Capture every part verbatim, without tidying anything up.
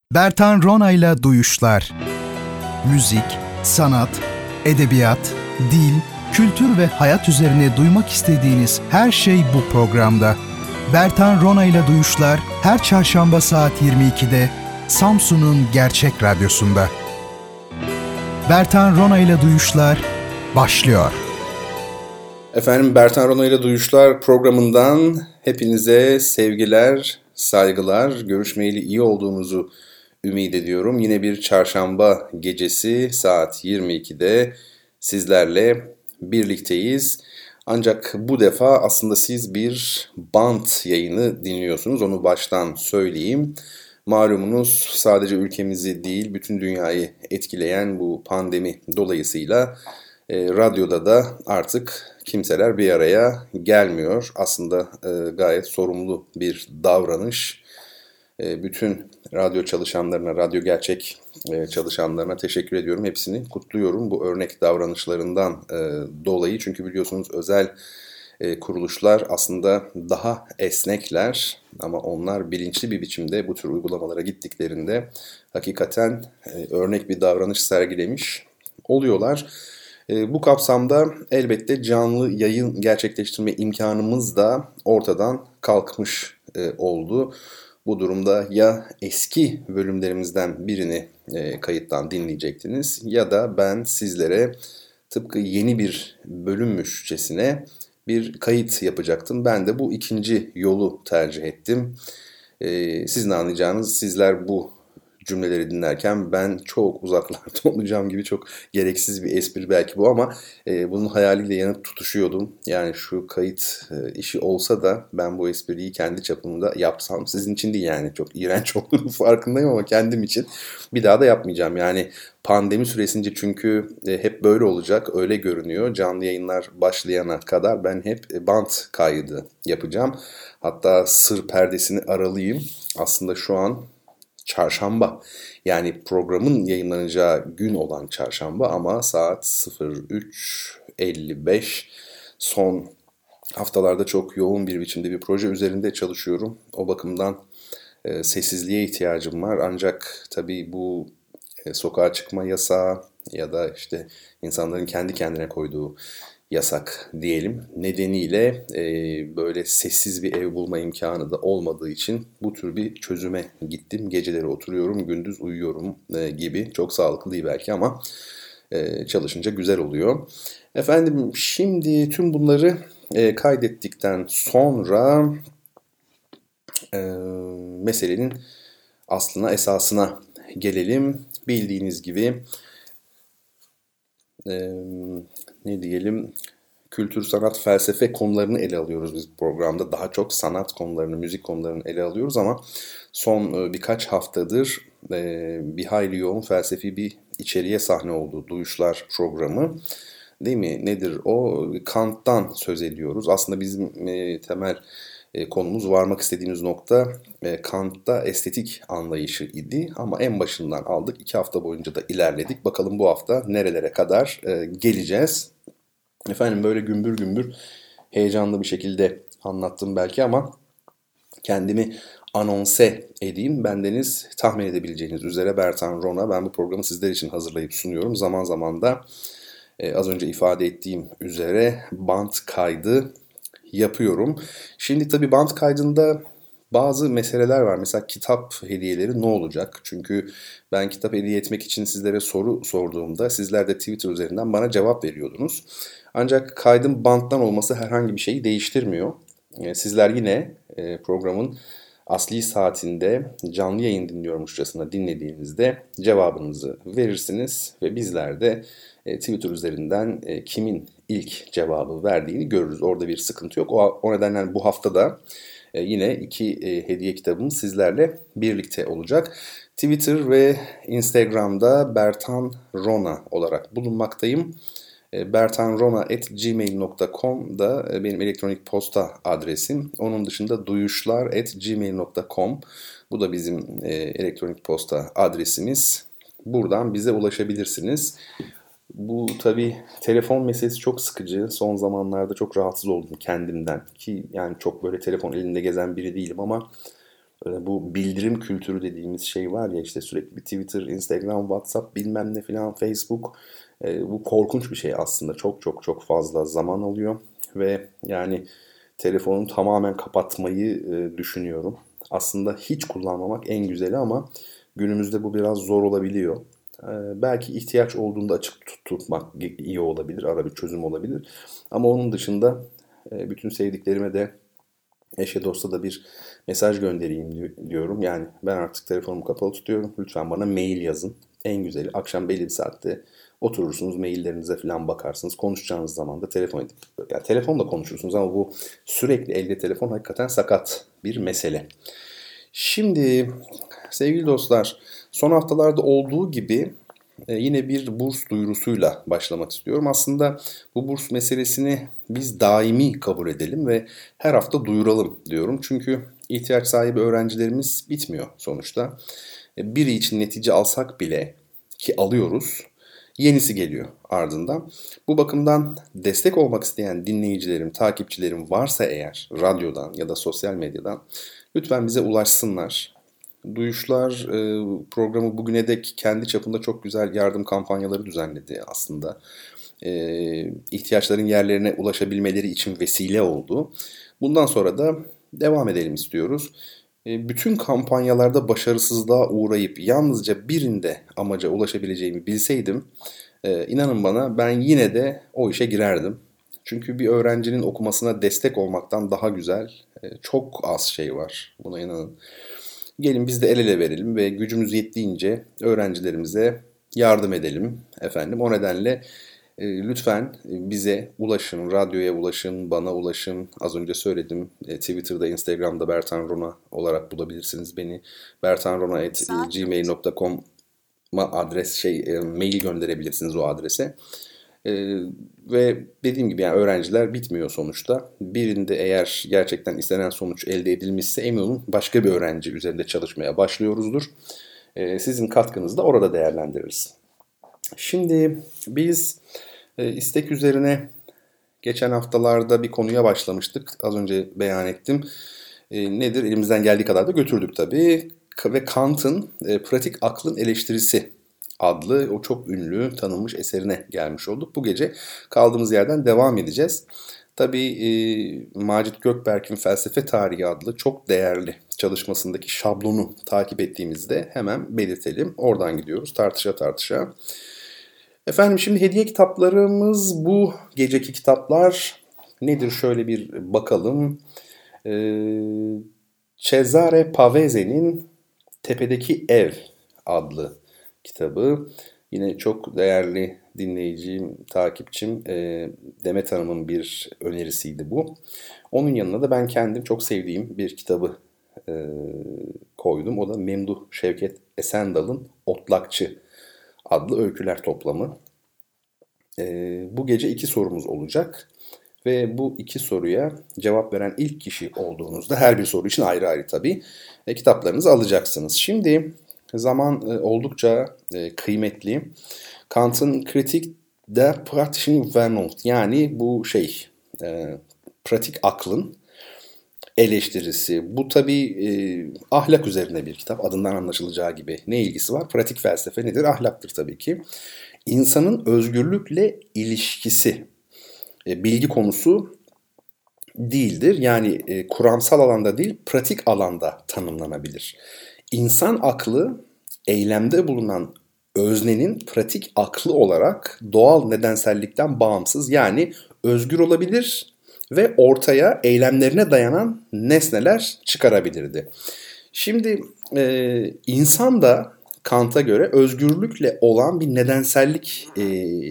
Bertan Rona'yla Duyuşlar. Müzik, sanat, edebiyat, dil, kültür ve hayat üzerine duymak istediğiniz her şey bu programda. Bertan Rona'yla Duyuşlar her çarşamba saat yirmi ikide Samsun'un Gerçek Radyosu'nda. Bertan Rona'yla Duyuşlar başlıyor. Efendim, Bertan Rona'yla Duyuşlar programından hepinize sevgiler, saygılar. Görüşmeyeli iyi olduğunuzu ümit ediyorum. Yine bir çarşamba gecesi saat yirmi ikide sizlerle birlikteyiz. Ancak bu defa aslında siz bir bant yayını dinliyorsunuz. Onu baştan söyleyeyim. Malumunuz sadece ülkemizi değil bütün dünyayı etkileyen bu pandemi dolayısıyla e, radyoda da artık kimseler bir araya gelmiyor. Aslında e, gayet sorumlu bir davranış. E, bütün radyo çalışanlarına, radyo gerçek e, çalışanlarına teşekkür ediyorum. Hepsini kutluyorum bu örnek davranışlarından e, dolayı. Çünkü biliyorsunuz özel e, kuruluşlar aslında daha esnekler ama onlar bilinçli bir biçimde bu tür uygulamalara gittiklerinde hakikaten e, örnek bir davranış sergilemiş oluyorlar. E, bu kapsamda elbette canlı yayın gerçekleştirme imkanımız da ortadan kalkmış e, oldu. Bu durumda ya eski bölümlerimizden birini e, kayıttan dinleyecektiniz ya da ben sizlere tıpkı yeni bir bölümmüşçesine bir kayıt yapacaktım. Ben de bu ikinci yolu tercih ettim. E, sizin anlayacağınız, sizler bu cümleleri dinlerken ben çok uzaklarda olacağım gibi çok gereksiz bir espri belki bu ama e, bunun hayaliyle yanıp tutuşuyordum. Yani şu kayıt e, işi olsa da ben bu espriyi kendi çapımda yapsam, sizin için değil yani çok iğrenç olduğunu farkındayım ama kendim için bir daha da yapmayacağım. Yani pandemi süresince çünkü e, hep böyle olacak, öyle görünüyor. Canlı yayınlar başlayana kadar ben hep e, bant kaydı yapacağım. Hatta sır perdesini aralayayım. Aslında şu an çarşamba, yani programın yayınlanacağı gün olan çarşamba ama saat üç elli beş. Son haftalarda çok yoğun bir biçimde bir proje üzerinde çalışıyorum. O bakımdan e, sessizliğe ihtiyacım var. Ancak tabii bu e, sokağa çıkma yasağı ya da işte insanların kendi kendine koyduğu yasak diyelim nedeniyle e, böyle sessiz bir ev bulma imkanı da olmadığı için bu tür bir çözüme gittim. Geceleri oturuyorum, gündüz uyuyorum e, gibi. Çok sağlıklı değil belki ama e, çalışınca güzel oluyor. Efendim, şimdi tüm bunları e, kaydettikten sonra e, meselenin aslına, esasına gelelim. Bildiğiniz gibi e, ne diyelim, kültür, sanat, felsefe konularını ele alıyoruz biz bu programda. Daha çok sanat konularını, müzik konularını ele alıyoruz ama son birkaç haftadır e, bir hayli yoğun felsefi bir içeriğe sahne oldu Duyuşlar programı. Değil mi? Nedir o? Kant'tan söz ediyoruz. Aslında bizim e, temel e, konumuz, varmak istediğimiz nokta e, Kant'ta estetik anlayışı idi. Ama en başından aldık. İki hafta boyunca da ilerledik. Bakalım bu hafta nerelere kadar e, geleceğiz. Efendim, böyle gümbür gümbür heyecanlı bir şekilde anlattım belki ama kendimi anonse edeyim. Bendeniz tahmin edebileceğiniz üzere Bertan Rona. Ben bu programı sizler için hazırlayıp sunuyorum. Zaman zaman da e, az önce ifade ettiğim üzere bant kaydı yapıyorum. Şimdi tabii bant kaydında bazı meseleler var. Mesela kitap hediyeleri ne olacak? Çünkü ben kitap hediye etmek için sizlere soru sorduğumda sizler de Twitter üzerinden bana cevap veriyordunuz. Ancak kaydın banttan olması herhangi bir şeyi değiştirmiyor. Sizler yine programın asli saatinde canlı yayın dinliyormuşçasına dinlediğinizde cevabınızı verirsiniz ve bizler de Twitter üzerinden kimin ilk cevabı verdiğini görürüz. Orada bir sıkıntı yok. O, o nedenle bu hafta da yine iki hediye kitabım sizlerle birlikte olacak. Twitter ve Instagram'da Bertan Rona olarak bulunmaktayım. bertanrona at gmail nokta com da benim elektronik posta adresim. Onun dışında duyuşlar at gmail nokta com, bu da bizim e, elektronik posta adresimiz. Buradan bize ulaşabilirsiniz. Bu tabii telefon meselesi çok sıkıcı. Son zamanlarda çok rahatsız oldum kendimden. Ki yani çok böyle telefon elinde gezen biri değilim ama bu bildirim kültürü dediğimiz şey var ya, işte sürekli bir Twitter, Instagram, WhatsApp, bilmem ne filan, Facebook. E, bu korkunç bir şey aslında. Çok çok çok fazla zaman alıyor ve yani telefonu tamamen kapatmayı e, düşünüyorum. Aslında hiç kullanmamak en güzeli ama günümüzde bu biraz zor olabiliyor. E, belki ihtiyaç olduğunda açık tutmak iyi olabilir, ara bir çözüm olabilir. Ama onun dışında e, bütün sevdiklerime de, eşe dosta da bir mesaj göndereyim diyorum. Yani ben artık telefonumu kapalı tutuyorum. Lütfen bana mail yazın. En güzeli akşam belli bir saatte oturursunuz, maillerinize falan bakarsınız. Konuşacağınız zaman da telefon edip, yani telefonla konuşursunuz ama bu sürekli elde telefon hakikaten sakat bir mesele. Şimdi sevgili dostlar, son haftalarda olduğu gibi e, yine bir burs duyurusuyla başlamak istiyorum. Aslında bu burs meselesini biz daimi kabul edelim ve her hafta duyuralım diyorum. Çünkü ihtiyaç sahibi öğrencilerimiz bitmiyor sonuçta. E, Biri için netice alsak bile, ki alıyoruz, yenisi geliyor ardından. Bu bakımdan destek olmak isteyen dinleyicilerim, takipçilerim varsa eğer, radyodan ya da sosyal medyadan lütfen bize ulaşsınlar. Duyuşlar e, programı bugüne dek kendi çapında çok güzel yardım kampanyaları düzenledi aslında. E, ihtiyaçların yerlerine ulaşabilmeleri için vesile oldu. Bundan sonra da devam edelim istiyoruz. E, bütün kampanyalarda başarısızlığa uğrayıp yalnızca birinde amaca ulaşabileceğimi bilseydim, e, inanın bana ben yine de o işe girerdim. Çünkü bir öğrencinin okumasına destek olmaktan daha güzel e, çok az şey var. Buna inanın. Gelin biz de el ele verelim ve gücümüz yettiğince öğrencilerimize yardım edelim efendim. O nedenle e, lütfen bize ulaşın, radyoya ulaşın, bana ulaşın. Az önce söyledim, e, Twitter'da, Instagram'da Bertan Rona olarak bulabilirsiniz beni. bertanrona at gmail nokta com'a adres şey e, mail gönderebilirsiniz o adrese. Ee, ve dediğim gibi yani öğrenciler bitmiyor sonuçta. Birinde eğer gerçekten istenen sonuç elde edilmişse emin olun başka bir öğrenci üzerinde çalışmaya başlıyoruzdur. Ee, sizin katkınızı da orada değerlendiririz. Şimdi biz e, istek üzerine geçen haftalarda bir konuya başlamıştık. Az önce beyan ettim. E, nedir? Elimizden geldiği kadar da götürdük tabii. Ve Kant'ın e, Pratik Aklın Eleştirisi adlı o çok ünlü, tanınmış eserine gelmiş olduk. Bu gece kaldığımız yerden devam edeceğiz. Tabii e, Macit Gökberk'in Felsefe Tarihi adlı çok değerli çalışmasındaki şablonu takip ettiğimizde hemen belirtelim. Oradan gidiyoruz tartışa tartışa. Efendim şimdi hediye kitaplarımız bu geceki kitaplar nedir? Şöyle bir bakalım. Ee, Cesare Pavese'nin Tepedeki Ev adlı kitabı. Yine çok değerli dinleyicim, takipçim e, Demet Hanım'ın bir önerisiydi bu. Onun yanına da ben kendim çok sevdiğim bir kitabı e, koydum. O da Memduh Şevket Esendal'ın Otlakçı adlı öyküler toplamı. E, bu gece iki sorumuz olacak. Ve bu iki soruya cevap veren ilk kişi olduğunuzda her bir soru için ayrı ayrı tabii e, kitaplarınızı alacaksınız. Şimdi zaman e, oldukça e, kıymetli. Kant'ın Kritik der praktischen Vernunft yani bu şey e, pratik aklın eleştirisi. Bu tabii e, ahlak üzerine bir kitap. Adından anlaşılacağı gibi ne ilgisi var? Pratik felsefe nedir? Ahlaktır tabii ki. İnsanın özgürlükle ilişkisi e, bilgi konusu değildir. Yani e, kuramsal alanda değil, pratik alanda tanımlanabilir. İnsan aklı eylemde bulunan öznenin pratik aklı olarak doğal nedensellikten bağımsız yani özgür olabilir ve ortaya eylemlerine dayanan nesneler çıkarabilirdi. Şimdi e, insan da Kant'a göre özgürlükle olan bir nedensellik e,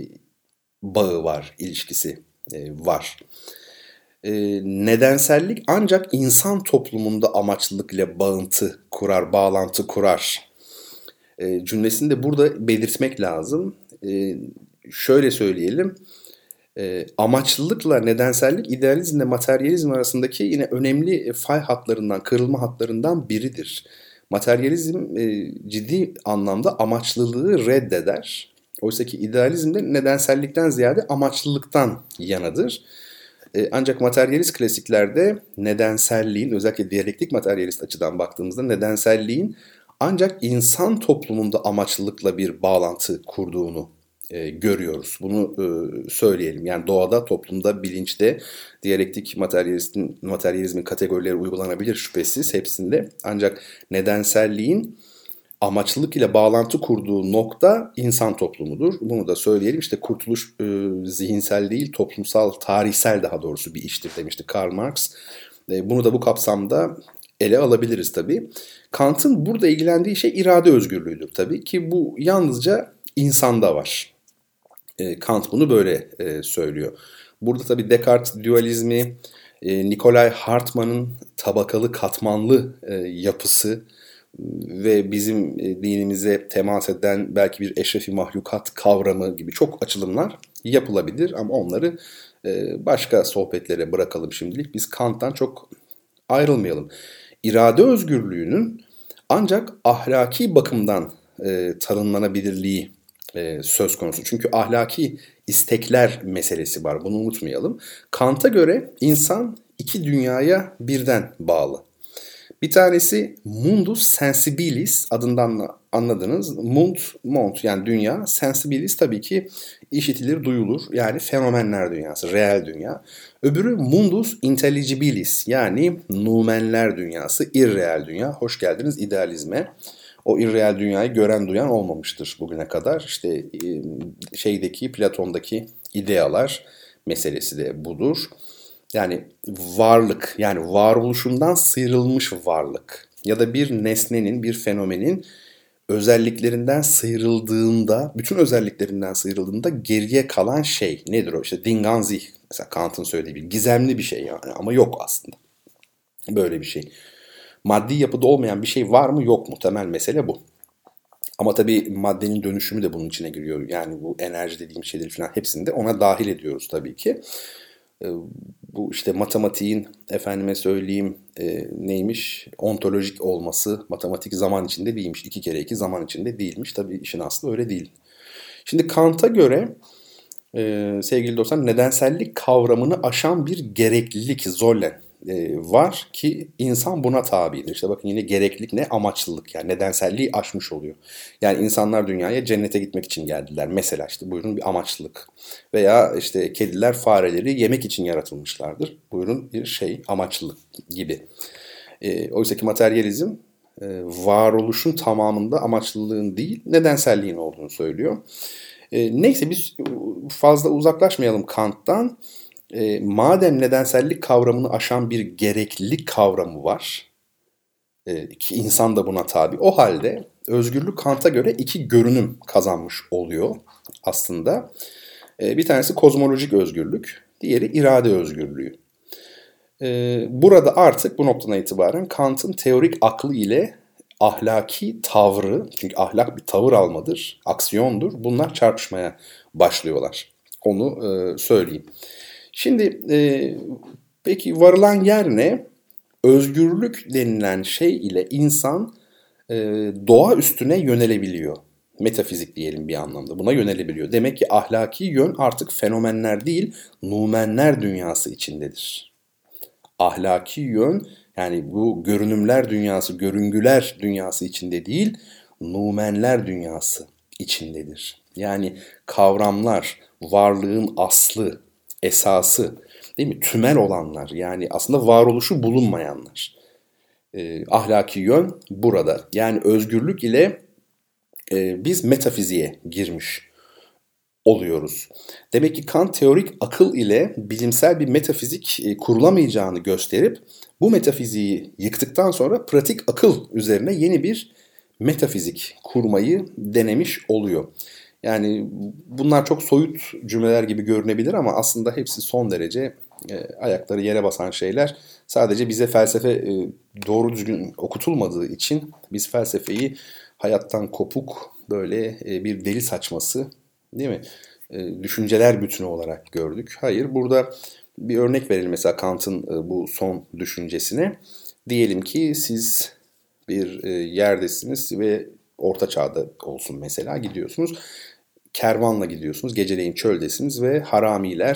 bağı var, ilişkisi e, var. E, nedensellik ancak insan toplumunda amaçlılık ile bağıntı kurar, bağlantı kurar. E, cümlesini de burada belirtmek lazım. E, şöyle söyleyelim. E, amaçlılıkla nedensellik idealizmle materyalizm arasındaki yine önemli fay hatlarından, kırılma hatlarından biridir. Materyalizm e, ciddi anlamda amaçlılığı reddeder. Oysa ki idealizm de nedensellikten ziyade amaçlılıktan yanadır. E, ancak materyalist klasiklerde nedenselliğin, özellikle diyalektik materyalist açıdan baktığımızda nedenselliğin ancak insan toplumunda amaçlılıkla bir bağlantı kurduğunu e, görüyoruz. Bunu e, söyleyelim. Yani doğada, toplumda, bilinçte diyalektik materyalistin, materyalizmin kategorileri uygulanabilir şüphesiz hepsinde. Ancak nedenselliğin amaçlılık ile bağlantı kurduğu nokta insan toplumudur. Bunu da söyleyelim. İşte kurtuluş e, zihinsel değil, toplumsal, tarihsel daha doğrusu bir iştir demişti Karl Marx. E, bunu da bu kapsamda ele alabiliriz tabii. Kant'ın burada ilgilendiği şey irade özgürlüğüdür tabii ki bu yalnızca insanda var. E, Kant bunu böyle e, söylüyor. Burada tabii Descartes dualizmi, e, Nikolai Hartmann'ın tabakalı katmanlı e, yapısı ve bizim dinimize temas eden belki bir eşrefi mahlukat kavramı gibi çok açılımlar yapılabilir ama onları başka sohbetlere bırakalım şimdilik. Biz Kant'tan çok ayrılmayalım. İrade özgürlüğünün ancak ahlaki bakımdan tanımlanabilirliği söz konusu. Çünkü ahlaki istekler meselesi var. Bunu unutmayalım. Kant'a göre insan iki dünyaya birden bağlı. Bir tanesi mundus sensibilis adından anladınız. Mund, mond yani dünya. Sensibilis tabii ki işitilir, duyulur. Yani fenomenler dünyası, reel dünya. Öbürü mundus intelligibilis yani numenler dünyası, irreel dünya. Hoş geldiniz idealizme. O irreel dünyayı gören duyan olmamıştır bugüne kadar. İşte şeydeki, Platon'daki idealar meselesi de budur. Yani varlık, yani varoluşundan sıyrılmış varlık ya da bir nesnenin, bir fenomenin özelliklerinden sıyrıldığında, bütün özelliklerinden sıyrıldığında geriye kalan şey nedir o? İşte Ding an sich, mesela Kant'ın söylediği bir gizemli bir şey yani ama yok aslında. Böyle bir şey. Maddi yapıda olmayan bir şey var mı yok mu? Temel mesele bu. Ama tabii maddenin dönüşümü de bunun içine giriyor. Yani bu enerji dediğim şeyleri falan hepsini de ona dahil ediyoruz tabii ki. Bu işte matematiğin efendime söyleyeyim e, neymiş ontolojik olması matematik zaman içinde değilmiş. İki kere iki zaman içinde değilmiş. Tabii işin aslı öyle değil. Şimdi Kant'a göre e, sevgili dostlar nedensellik kavramını aşan bir gereklilik Zollen e, var ki insan buna tabidir. İşte bakın yine gereklilik ne? Amaçlılık yani nedenselliği aşmış oluyor. Yani insanlar dünyaya cennete gitmek için geldiler. Mesela işte buyurun bir amaçlılık. Veya işte kediler fareleri yemek için yaratılmışlardır. Buyurun bir şey amaçlılık gibi. E, oysa ki materyalizm e, varoluşun tamamında amaçlılığın değil nedenselliğin olduğunu söylüyor. E, neyse biz fazla uzaklaşmayalım Kant'tan. E, madem nedensellik kavramını aşan bir gereklilik kavramı var e, ki insan da buna tabi. O halde özgürlük Kant'a göre iki görünüm kazanmış oluyor aslında. E, bir tanesi kozmolojik özgürlük, diğeri irade özgürlüğü. E, burada artık bu noktadan itibaren Kant'ın teorik aklı ile ahlaki tavrı, çünkü ahlak bir tavır almadır, aksiyondur. Bunlar çarpışmaya başlıyorlar. Onu e, söyleyeyim. Şimdi e, peki varılan yer ne? Özgürlük denilen şey ile insan e, doğa üstüne yönelebiliyor. Metafizik diyelim bir anlamda buna yönelebiliyor. Demek ki ahlaki yön artık fenomenler değil, numenler dünyası içindedir. Ahlaki yön yani bu görünümler dünyası, görüngüler dünyası içinde değil, numenler dünyası içindedir. Yani kavramlar, varlığın aslı, esası, değil mi? Tümel olanlar yani aslında varoluşu bulunmayanlar. E, ahlaki yön burada. Yani özgürlük ile e, biz metafiziğe girmiş oluyoruz. Demek ki Kant teorik akıl ile bilimsel bir metafizik e, kurulamayacağını gösterip bu metafiziği yıktıktan sonra pratik akıl üzerine yeni bir metafizik kurmayı denemiş oluyor. Yani bunlar çok soyut cümleler gibi görünebilir ama aslında hepsi son derece e, ayakları yere basan şeyler. Sadece bize felsefe e, doğru düzgün okutulmadığı için biz felsefeyi hayattan kopuk böyle e, bir deli saçması değil mi? E, düşünceler bütünü olarak gördük. Hayır burada bir örnek verelim mesela Kant'ın e, bu son düşüncesine. Diyelim ki siz bir e, yerdesiniz ve orta çağda olsun mesela gidiyorsunuz. Kervanla gidiyorsunuz. Geceleyin çöldesiniz ve haramiler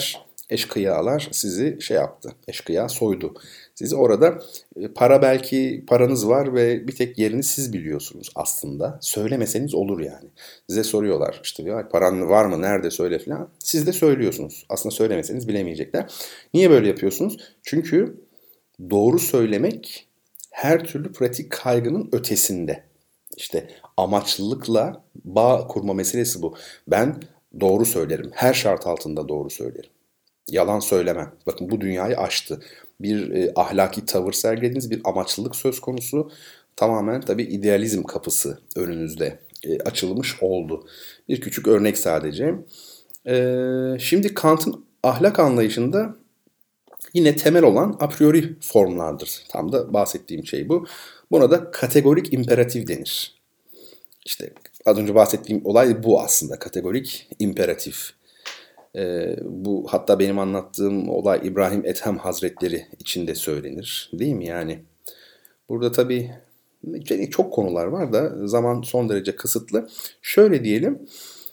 Eşkıyalar sizi şey yaptı, eşkıya soydu. Sizi orada para belki paranız var ve bir tek yerini siz biliyorsunuz aslında. Söylemeseniz olur yani. Size soruyorlar işte ya paran var mı nerede söyle falan. Siz de söylüyorsunuz. Aslında söylemeseniz bilemeyecekler. Niye böyle yapıyorsunuz? Çünkü doğru söylemek her türlü pratik kaygının ötesinde. İşte amaçlılıkla bağ kurma meselesi bu. Ben doğru söylerim. Her şart altında doğru söylerim. Yalan söylemem. Bakın bu dünyayı aştı. Bir e, ahlaki tavır sergilediniz, bir amaçlılık söz konusu. Tamamen tabii idealizm kapısı önünüzde e, açılmış oldu. Bir küçük örnek sadece. E, şimdi Kant'ın ahlak anlayışında yine temel olan a priori formlardır. Tam da bahsettiğim şey bu. Buna da kategorik imperatif denir. İşte az önce bahsettiğim olay bu aslında. Kategorik imperatif. Ee, bu hatta benim anlattığım olay İbrahim Ethem Hazretleri içinde söylenir. Değil mi yani? Burada tabii çok konular var da zaman son derece kısıtlı. Şöyle diyelim.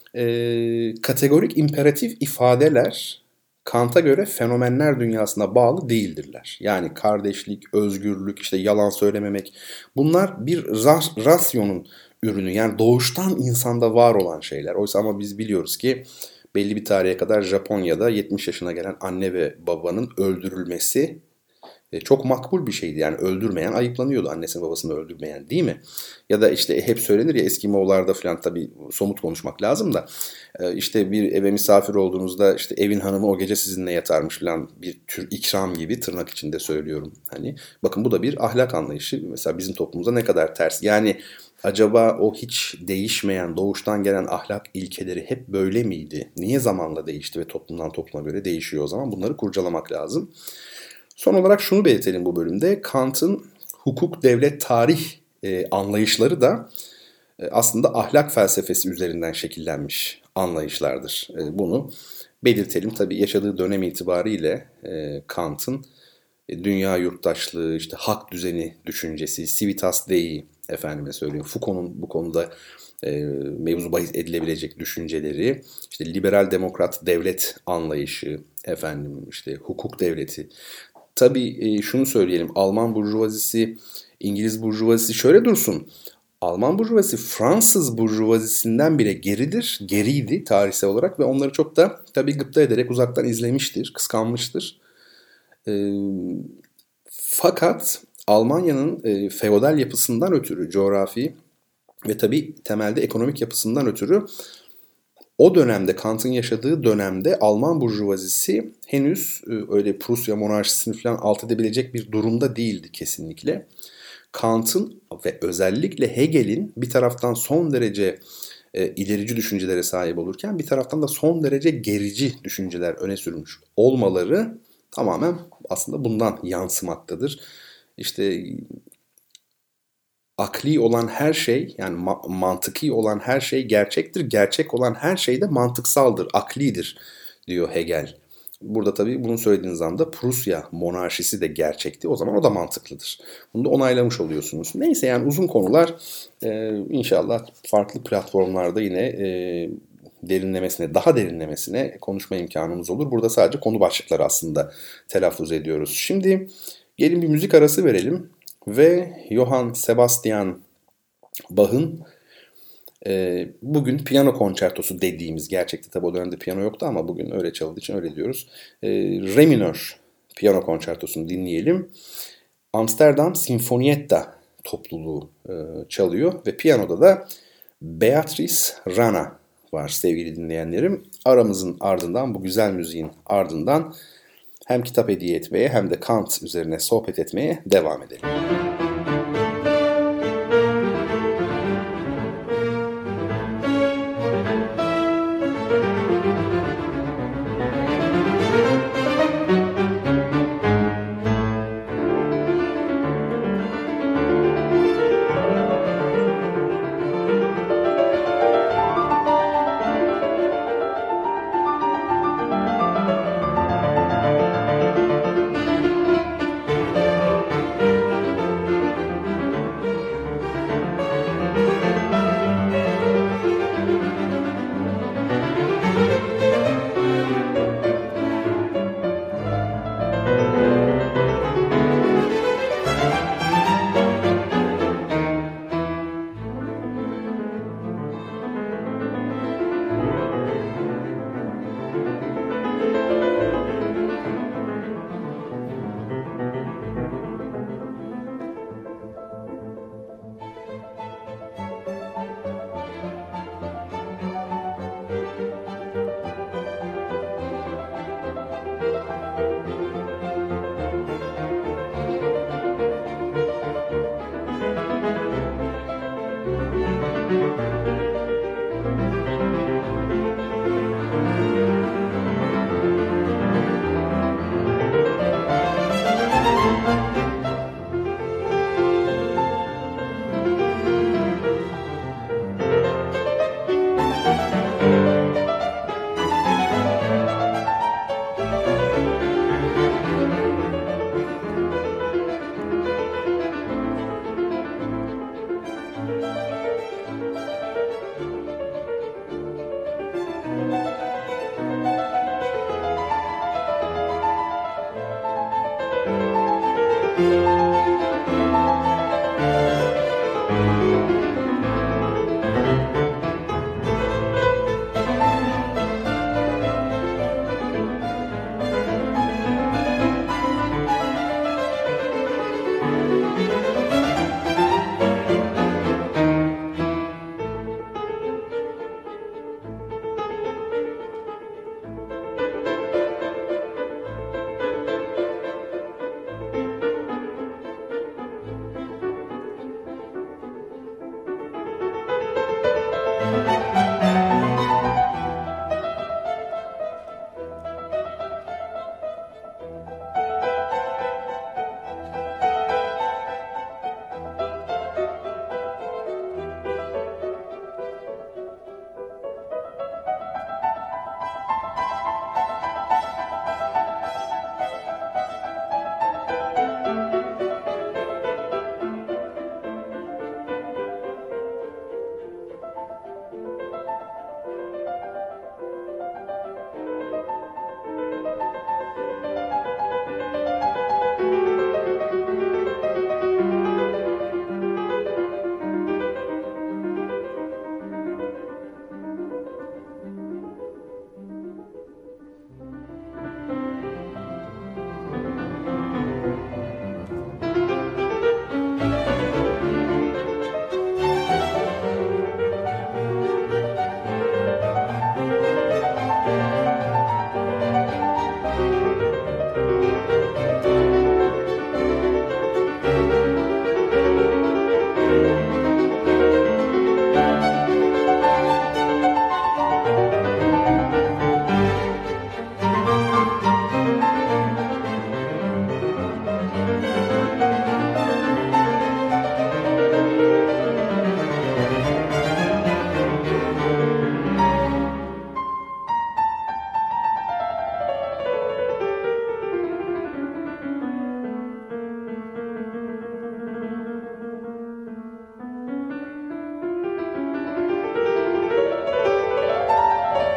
E, kategorik imperatif ifadeler Kant'a göre fenomenler dünyasına bağlı değildirler. Yani kardeşlik, özgürlük, işte yalan söylememek bunlar bir ras- rasyonun ürünü. Yani doğuştan insanda var olan şeyler. Oysa ama biz biliyoruz ki belli bir tarihe kadar Japonya'da yetmiş yaşına gelen anne ve babanın öldürülmesi çok makbul bir şeydi. Yani öldürmeyen ayıplanıyordu, annesini babasını öldürmeyen, değil mi? Ya da işte hep söylenir ya Eskimoğullarda falan, tabii somut konuşmak lazım da işte bir eve misafir olduğunuzda işte evin hanımı o gece sizinle yatarmış falan, bir tür ikram gibi, tırnak içinde söylüyorum. Hani bakın bu da bir ahlak anlayışı. Mesela bizim toplumumuzda ne kadar ters. Yani acaba o hiç değişmeyen, doğuştan gelen ahlak ilkeleri hep böyle miydi? Niye zamanla değişti ve toplumdan topluma göre değişiyor o zaman? Bunları kurcalamak lazım. Son olarak şunu belirtelim bu bölümde. Kant'ın hukuk, devlet, tarih e, anlayışları da e, aslında ahlak felsefesi üzerinden şekillenmiş anlayışlardır. E, bunu belirtelim. Tabii yaşadığı dönem itibariyle e, Kant'ın e, dünya yurttaşlığı, işte hak düzeni düşüncesi, civitas dei, efendime söyleyeyim, Foucault'un bu konuda e, mevzu bahis edilebilecek düşünceleri, işte liberal demokrat devlet anlayışı, efendim işte hukuk devleti. Tabii e, şunu söyleyelim, Alman burjuvazisi, İngiliz burjuvazisi şöyle dursun. Alman burjuvazisi Fransız burjuvazisinden bile geridir, geriydi tarihsel olarak ve onları çok da tabii gıpta ederek uzaktan izlemiştir, kıskanmıştır. E, fakat Almanya'nın e, feodal yapısından ötürü, coğrafi ve tabii temelde ekonomik yapısından ötürü o dönemde, Kant'ın yaşadığı dönemde Alman burjuvazisi henüz öyle Prusya monarşisini falan alt edebilecek bir durumda değildi kesinlikle. Kant'ın ve özellikle Hegel'in bir taraftan son derece e, ilerici düşüncelere sahip olurken bir taraftan da son derece gerici düşünceler öne sürmüş olmaları tamamen aslında bundan yansımaktadır. İşte akli olan her şey, yani ma- mantıki olan her şey gerçektir. Gerçek olan her şey de mantıksaldır, aklidir diyor Hegel. Burada tabii bunu söylediğiniz anda Prusya monarşisi de gerçekti. O zaman o da mantıklıdır. Bunu da onaylamış oluyorsunuz. Neyse yani uzun konular. Ee, inşallah farklı platformlarda yine e, derinlemesine, daha derinlemesine konuşma imkanımız olur. Burada sadece konu başlıkları aslında telaffuz ediyoruz. Şimdi gelin bir müzik arası verelim. Ve Johann Sebastian Bach'ın e, bugün piyano konçertosu dediğimiz, gerçekte tabi o dönemde piyano yoktu ama bugün öyle çaldığı için öyle diyoruz. E, Re minör piyano konçertosunu dinleyelim. Amsterdam Sinfonietta topluluğu e, çalıyor ve piyanoda da Beatrice Rana var sevgili dinleyenlerim. Aramızın ardından, bu güzel müziğin ardından hem kitap hediye etmeye hem de Kant üzerine sohbet etmeye devam edelim.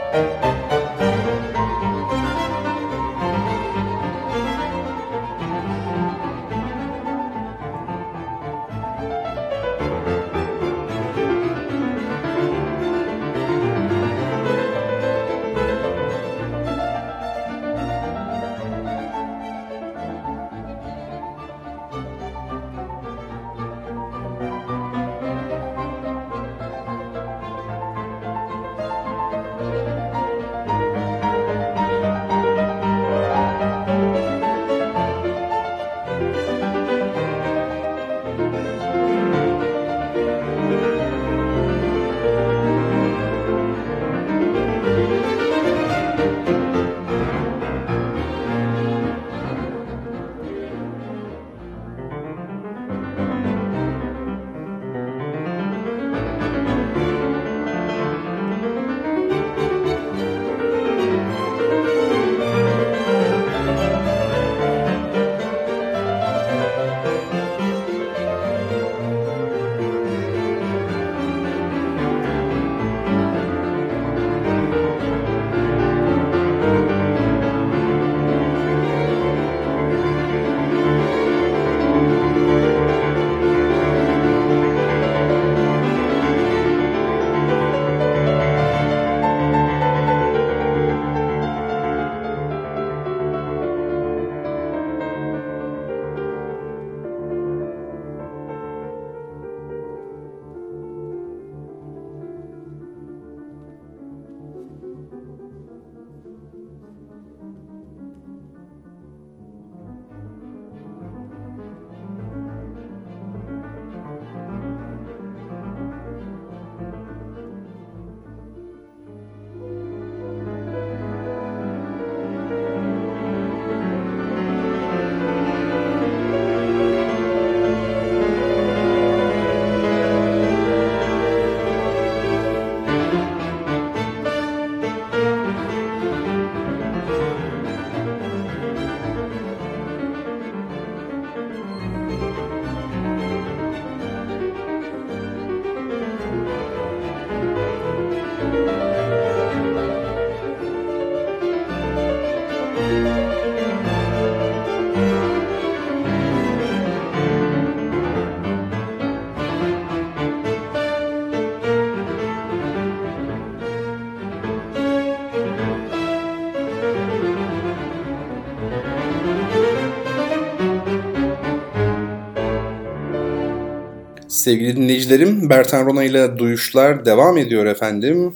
Sevgili dinleyicilerim, Bertan Rona ile Duyuşlar devam ediyor efendim.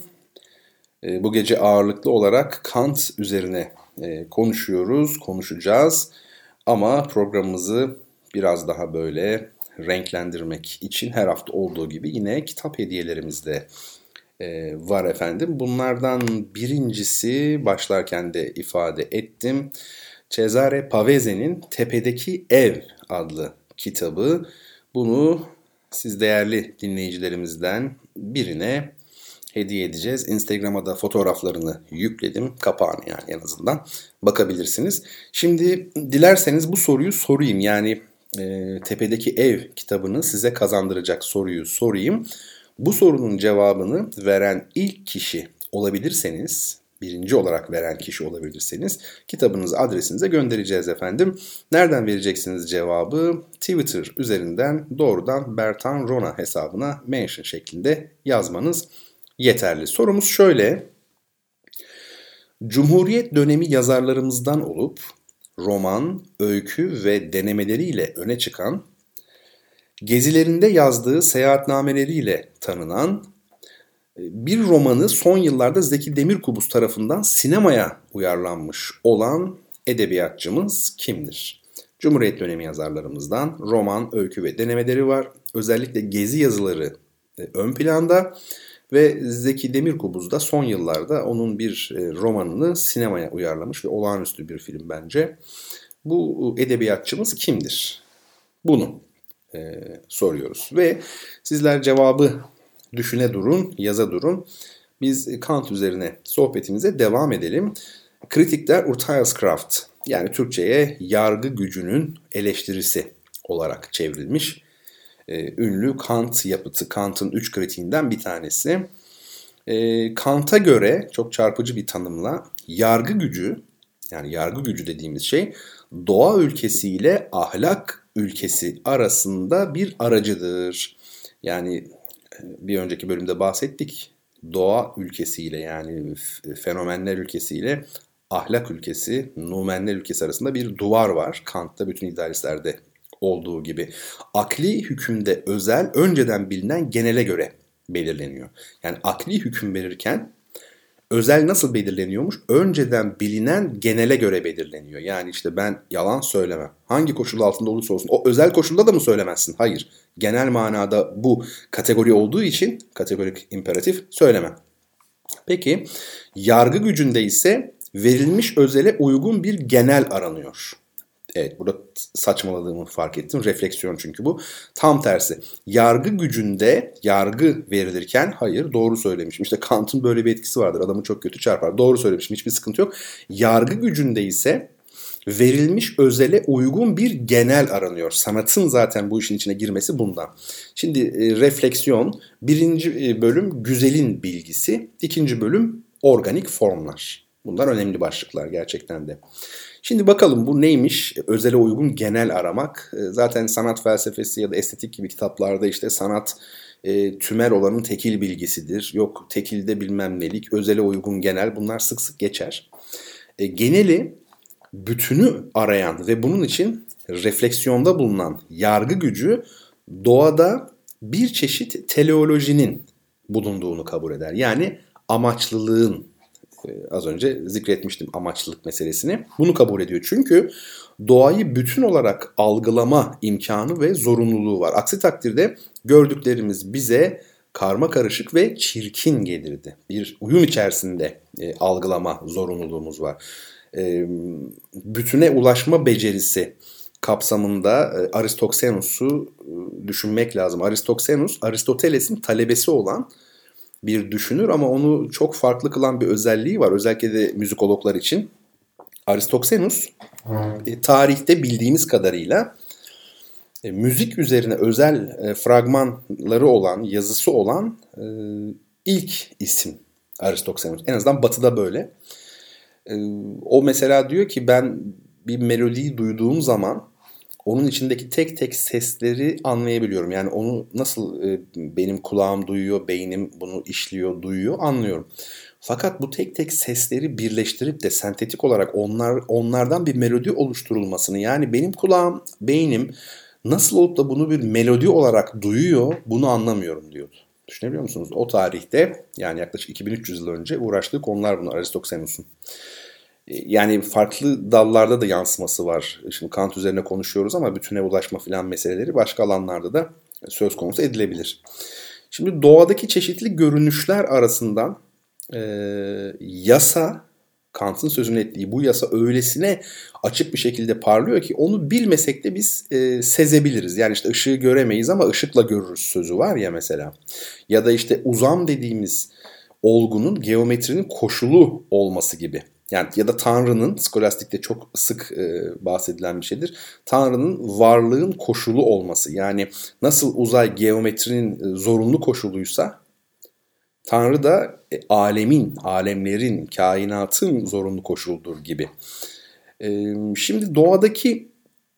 Bu gece ağırlıklı olarak Kant üzerine konuşuyoruz, konuşacağız. Ama programımızı biraz daha böyle renklendirmek için her hafta olduğu gibi yine kitap hediyelerimiz de var efendim. Bunlardan birincisi, başlarken de ifade ettim, Cesare Pavese'nin Tepedeki Ev adlı kitabı. Bunu siz değerli dinleyicilerimizden birine hediye edeceğiz. Instagram'a da fotoğraflarını yükledim. Kapağını yani en azından bakabilirsiniz. Şimdi dilerseniz bu soruyu sorayım. Yani e, Tepedeki Ev kitabını size kazandıracak soruyu sorayım. Bu sorunun cevabını veren ilk kişi olabilirseniz, birinci olarak veren kişi olabilirseniz kitabınızı adresinize göndereceğiz efendim. Nereden vereceksiniz cevabı? Twitter üzerinden doğrudan Bertan Rona hesabına mention şeklinde yazmanız yeterli. Sorumuz şöyle: Cumhuriyet dönemi yazarlarımızdan olup roman, öykü ve denemeleriyle öne çıkan, gezilerinde yazdığı seyahatnameleriyle tanınan, bir romanı son yıllarda Zeki Demirkubuz tarafından sinemaya uyarlanmış olan edebiyatçımız kimdir? Cumhuriyet dönemi yazarlarımızdan roman, öykü ve denemeleri var. Özellikle gezi yazıları ön planda ve Zeki Demirkubuz da son yıllarda onun bir romanını sinemaya uyarlamış ve olağanüstü bir film bence. Bu edebiyatçımız kimdir? Bunu e, soruyoruz ve sizler cevabı düşüne durun, yaza durun. Biz Kant üzerine sohbetimize devam edelim. Kritikler Urteilskraft, yani Türkçe'ye yargı gücünün eleştirisi olarak çevrilmiş. Ee, ünlü Kant yapıtı, Kant'ın üç kritiğinden bir tanesi. E, Kant'a göre çok çarpıcı bir tanımla yargı gücü, yani yargı gücü dediğimiz şey doğa ülkesiyle ahlak ülkesi arasında bir aracıdır. Yani bir önceki bölümde bahsettik. Doğa ülkesiyle, yani fenomenler ülkesiyle ahlak ülkesi, numenler ülkesi arasında bir duvar var. Kant'ta bütün idealistlerde olduğu gibi. Akli hükümde özel önceden bilinen genele göre belirleniyor. Yani akli hüküm verirken özel nasıl belirleniyormuş? Önceden bilinen genele göre belirleniyor. Yani işte ben yalan söylemem. Hangi koşul altında olursa olsun. O özel koşulda da mı söylemezsin? Hayır. Genel manada bu kategori olduğu için kategorik imperatif söylemem. Peki yargı gücünde ise verilmiş özele uygun bir genel aranıyor. Evet, burada saçmaladığımı fark ettim. Refleksiyon çünkü bu. Tam tersi. Yargı gücünde yargı verilirken hayır doğru söylemişim. İşte Kant'ın böyle bir etkisi vardır. Adamı çok kötü çarpar. Doğru söylemişim. Hiçbir sıkıntı yok. Yargı gücünde ise verilmiş özele uygun bir genel aranıyor. Sanatın zaten bu işin içine girmesi bundan. Şimdi e, refleksiyon. Birinci bölüm güzelin bilgisi. İkinci bölüm organik formlar. Bunlar önemli başlıklar gerçekten de. Şimdi bakalım bu neymiş? Özele uygun genel aramak. Zaten sanat felsefesi ya da estetik gibi kitaplarda işte sanat e, tümel olanın tekil bilgisidir. Yok tekilde bilmem nelik, özele uygun genel, bunlar sık sık geçer. E, geneli bütünü arayan ve bunun için refleksiyonda bulunan yargı gücü doğada bir çeşit teleolojinin bulunduğunu kabul eder. Yani amaçlılığın, az önce zikretmiştim amaçlılık meselesini. Bunu kabul ediyor. Çünkü doğayı bütün olarak algılama imkanı ve zorunluluğu var. Aksi takdirde gördüklerimiz bize karma karışık ve çirkin gelirdi. Bir uyum içerisinde e, algılama zorunluluğumuz var. E, bütüne ulaşma becerisi kapsamında e, Aristoxenus'u e, düşünmek lazım. Aristoxenus, Aristoteles'in talebesi olan bir düşünür ama onu çok farklı kılan bir özelliği var. Özellikle de müzikologlar için. Aristoxenus e, tarihte bildiğimiz kadarıyla e, müzik üzerine özel e, fragmanları olan, yazısı olan e, ilk isim Aristoxenus. En azından Batı'da böyle. E, o mesela diyor ki ben bir melodiyi duyduğum zaman onun içindeki tek tek sesleri anlayabiliyorum. Yani onu nasıl e, benim kulağım duyuyor, beynim bunu işliyor, duyuyor, anlıyorum. Fakat bu tek tek sesleri birleştirip de sentetik olarak onlar onlardan bir melodi oluşturulmasını, yani benim kulağım, beynim nasıl olup da bunu bir melodi olarak duyuyor, bunu anlamıyorum diyordu. Düşünebiliyor musunuz? O tarihte, yani yaklaşık iki bin üç yüz yıl önce uğraştığı konular bunlar Aristoxenus'un. Yani farklı dallarda da yansıması var. Şimdi Kant üzerine konuşuyoruz ama bütüne ulaşma filan meseleleri başka alanlarda da söz konusu edilebilir. Şimdi doğadaki çeşitli görünüşler arasından e, yasa, Kant'ın sözünü ettiği bu yasa öylesine açık bir şekilde parlıyor ki onu bilmesek de biz e, sezebiliriz. Yani işte ışığı göremeyiz ama ışıkla görürüz sözü var ya mesela. Ya da işte uzam dediğimiz olgunun geometrinin koşulu olması gibi. Yani ya da Tanrı'nın, skolastikte çok sık e, bahsedilen bir şeydir. Tanrı'nın varlığın koşulu olması. Yani nasıl uzay geometrinin e, zorunlu koşuluysa Tanrı da e, alemin, alemlerin, kainatın zorunlu koşuludur gibi. E, şimdi doğadaki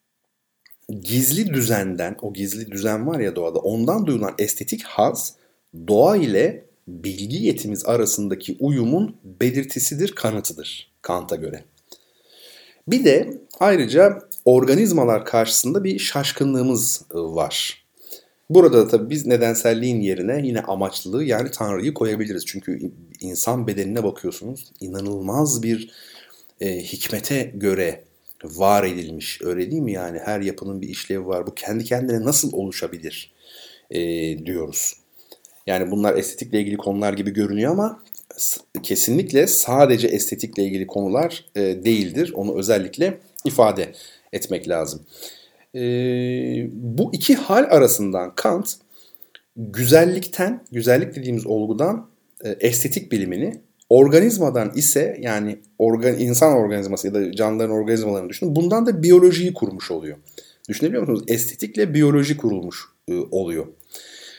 gizli düzenden, o gizli düzen var ya doğada, ondan duyulan estetik haz doğa ile bilgi yetimiz arasındaki uyumun belirtisidir, kanıtıdır Kant'a göre. Bir de ayrıca organizmalar karşısında bir şaşkınlığımız var. Burada da tabii biz nedenselliğin yerine yine amaçlılığı, yani Tanrı'yı koyabiliriz. Çünkü insan bedenine bakıyorsunuz, inanılmaz bir e, hikmete göre var edilmiş, öyle değil mi? Yani her yapının bir işlevi var. Bu kendi kendine nasıl oluşabilir e, diyoruz. Yani bunlar estetikle ilgili konular gibi görünüyor ama kesinlikle sadece estetikle ilgili konular e, değildir. Onu özellikle ifade etmek lazım. E, bu iki hal arasından Kant güzellikten, güzellik dediğimiz olgudan e, estetik bilimini, organizmadan ise yani organ, insan organizması ya da canlıların organizmalarını düşünün. Bundan da biyolojiyi kurmuş oluyor. Düşünebiliyor musunuz? Estetikle biyoloji kurulmuş e, oluyor.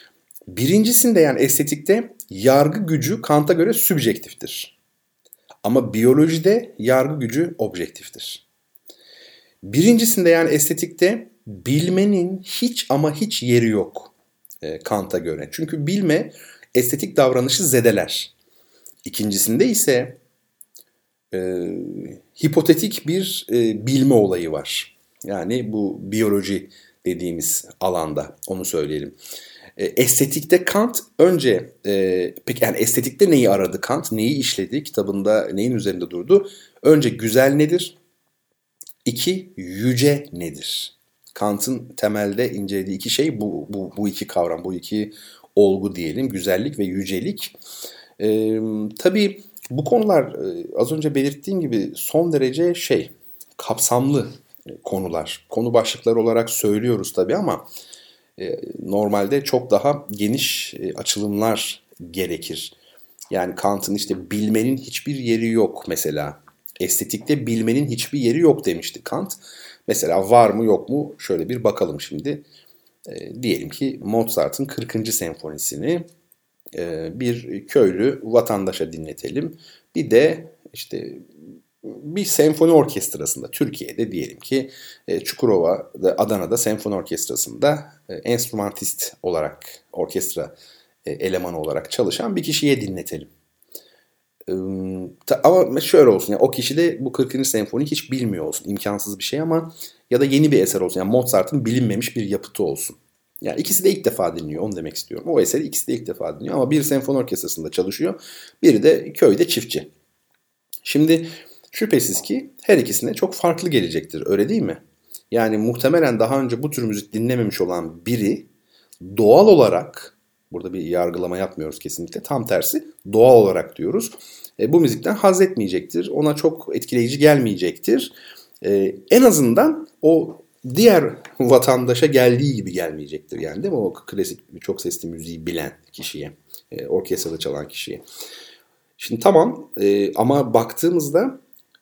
Birincisinde yani estetikte yargı gücü Kant'a göre sübjektiftir. Ama biyolojide yargı gücü objektiftir. Birincisinde yani estetikte bilmenin hiç ama hiç yeri yok e, Kant'a göre. Çünkü bilme estetik davranışı zedeler. İkincisinde ise e, hipotetik bir e, bilme olayı var. Yani bu biyoloji dediğimiz alanda, onu söyleyelim. E, estetikte Kant önce, e, peki yani estetikte neyi aradı Kant? Neyi işledi? Kitabında neyin üzerinde durdu? Önce güzel nedir? İki, yüce nedir? Kant'ın temelde incelediği iki şey bu, bu, bu iki kavram, bu iki olgu diyelim. Güzellik ve yücelik. Ee, tabii bu konular az önce belirttiğim gibi son derece şey, kapsamlı konular. Konu başlıkları olarak söylüyoruz tabii ama e, normalde çok daha geniş e, açılımlar gerekir. Yani Kant'ın işte bilmenin hiçbir yeri yok mesela. Estetikte bilmenin hiçbir yeri yok demişti Kant. Mesela var mı yok mu şöyle bir bakalım şimdi. E, diyelim ki Mozart'ın kırkıncı senfonisini e, bir köylü vatandaşa dinletelim. Bir de işte bir senfoni orkestrasında, Türkiye'de diyelim ki e, Çukurova'da, Adana'da senfoni orkestrasında e, enstrümantist olarak, orkestra e, elemanı olarak çalışan bir kişiye dinletelim. Ama şöyle olsun, yani o kişi de bu kırkıncı senfoniyi hiç bilmiyor olsun. İmkansız bir şey ama ya da yeni bir eser olsun. Yani Mozart'ın bilinmemiş bir yapıtı olsun. Yani ikisi de ilk defa dinliyor, onu demek istiyorum. O eseri ikisi de ilk defa dinliyor ama bir senfoni orkestrasında çalışıyor. Biri de köyde çiftçi. Şimdi şüphesiz ki her ikisine çok farklı gelecektir, öyle değil mi? Yani muhtemelen daha önce bu tür müzik dinlememiş olan biri doğal olarak, burada bir yargılama yapmıyoruz kesinlikle, tam tersi doğal olarak diyoruz, e, bu müzikten haz etmeyecektir. Ona çok etkileyici gelmeyecektir. E, en azından o diğer vatandaşa geldiği gibi gelmeyecektir yani, değil mi? O klasik çok sesli müziği bilen kişiye, e, orkestrada çalan kişiye. Şimdi tamam e, ama baktığımızda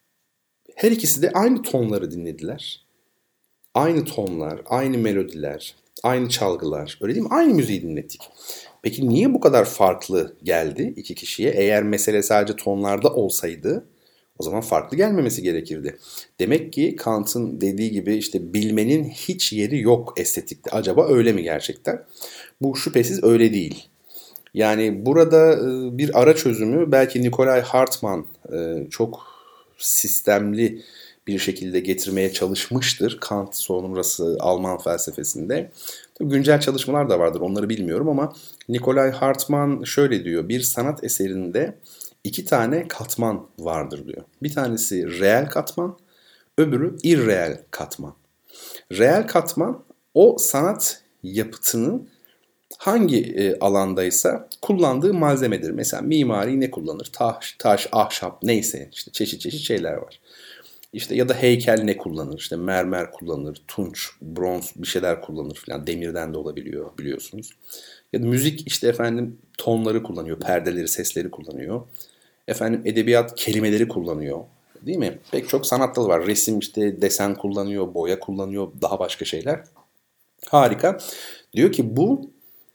her ikisi de aynı tonları dinlediler. Aynı tonlar, aynı melodiler, aynı çalgılar, öyle değil mi? Aynı müziği dinlettik. Peki niye bu kadar farklı geldi iki kişiye? Eğer mesele sadece tonlarda olsaydı o zaman farklı gelmemesi gerekirdi. Demek ki Kant'ın dediği gibi işte bilmenin hiç yeri yok estetikte. Acaba öyle mi gerçekten? Bu şüphesiz öyle değil. Yani burada bir ara çözümü belki Nikolai Hartmann çok sistemli bir şekilde getirmeye çalışmıştır Kant sonrası Alman felsefesinde. Tabii güncel çalışmalar da vardır, onları bilmiyorum ama Nikolai Hartmann şöyle diyor: bir sanat eserinde iki tane katman vardır diyor. Bir tanesi reel katman, öbürü irreel katman. Reel katman o sanat yapıtının hangi e, alandaysa kullandığı malzemedir. Mesela mimari ne kullanır? Taş, taş, ahşap neyse işte çeşit çeşit şeyler var. İşte ya da heykel ne kullanır? İşte mermer kullanır, tunç, bronz bir şeyler kullanır falan. Demirden de olabiliyor biliyorsunuz. Ya da müzik işte efendim tonları kullanıyor, perdeleri, sesleri kullanıyor. Efendim edebiyat kelimeleri kullanıyor. Değil mi? Pek çok sanat dalı var. Resim işte desen kullanıyor, boya kullanıyor, daha başka şeyler. Harika. Diyor ki bu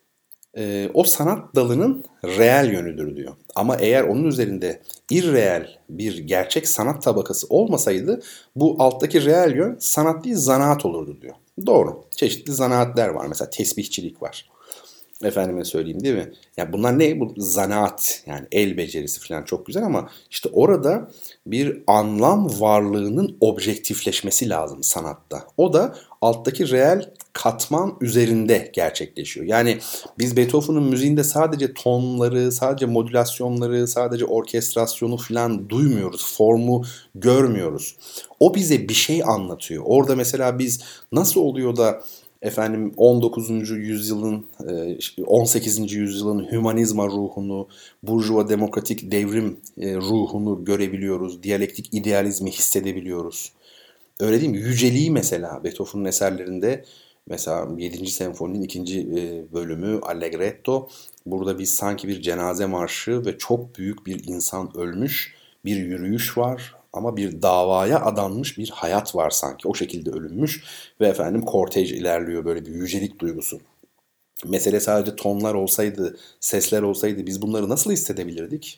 e, o sanat dalının reel yönüdür diyor. Ama eğer onun üzerinde irreel bir gerçek sanat tabakası olmasaydı bu alttaki reel yön sanat değil zanaat olurdu diyor. Doğru. Çeşitli zanaatler var. Mesela tesbihçilik var. Efendime söyleyeyim, değil mi? Yani bunlar ne? Bu zanaat, yani el becerisi falan çok güzel ama işte orada bir anlam varlığının objektifleşmesi lazım sanatta. O da alttaki reel katman üzerinde gerçekleşiyor. Yani biz Beethoven'ın müziğinde sadece tonları, sadece modülasyonları, sadece orkestrasyonu falan duymuyoruz. Formu görmüyoruz. O bize bir şey anlatıyor. Orada mesela biz nasıl oluyor da efendim on dokuzuncu yüzyılın, on sekizinci yüzyılın hümanizma ruhunu, burjuva demokratik devrim ruhunu görebiliyoruz. Diyalektik idealizmi hissedebiliyoruz. Öyle değil mi? Yüceliği mesela Beethoven'ın eserlerinde, mesela yedinci senfoninin ikinci bölümü Allegretto. Burada biz sanki bir cenaze marşı ve çok büyük bir insan ölmüş, bir yürüyüş var. Ama bir davaya adanmış bir hayat var sanki. O şekilde ölünmüş ve efendim kortej ilerliyor, böyle bir yücelik duygusu. Mesele sadece tonlar olsaydı, sesler olsaydı biz bunları nasıl hissedebilirdik?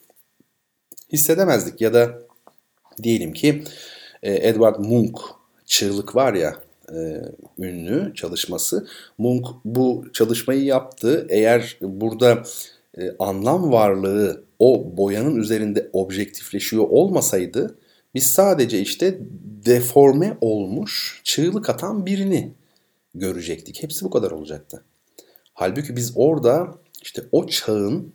Hissedemezdik. Ya da diyelim ki Edvard Munch, Çığlık var ya, e, ünlü çalışması. Munch bu çalışmayı yaptı. Eğer burada e, anlam varlığı o boyanın üzerinde objektifleşiyor olmasaydı biz sadece işte deforme olmuş, çığlık atan birini görecektik. Hepsi bu kadar olacaktı. Halbuki biz orada işte o çağın,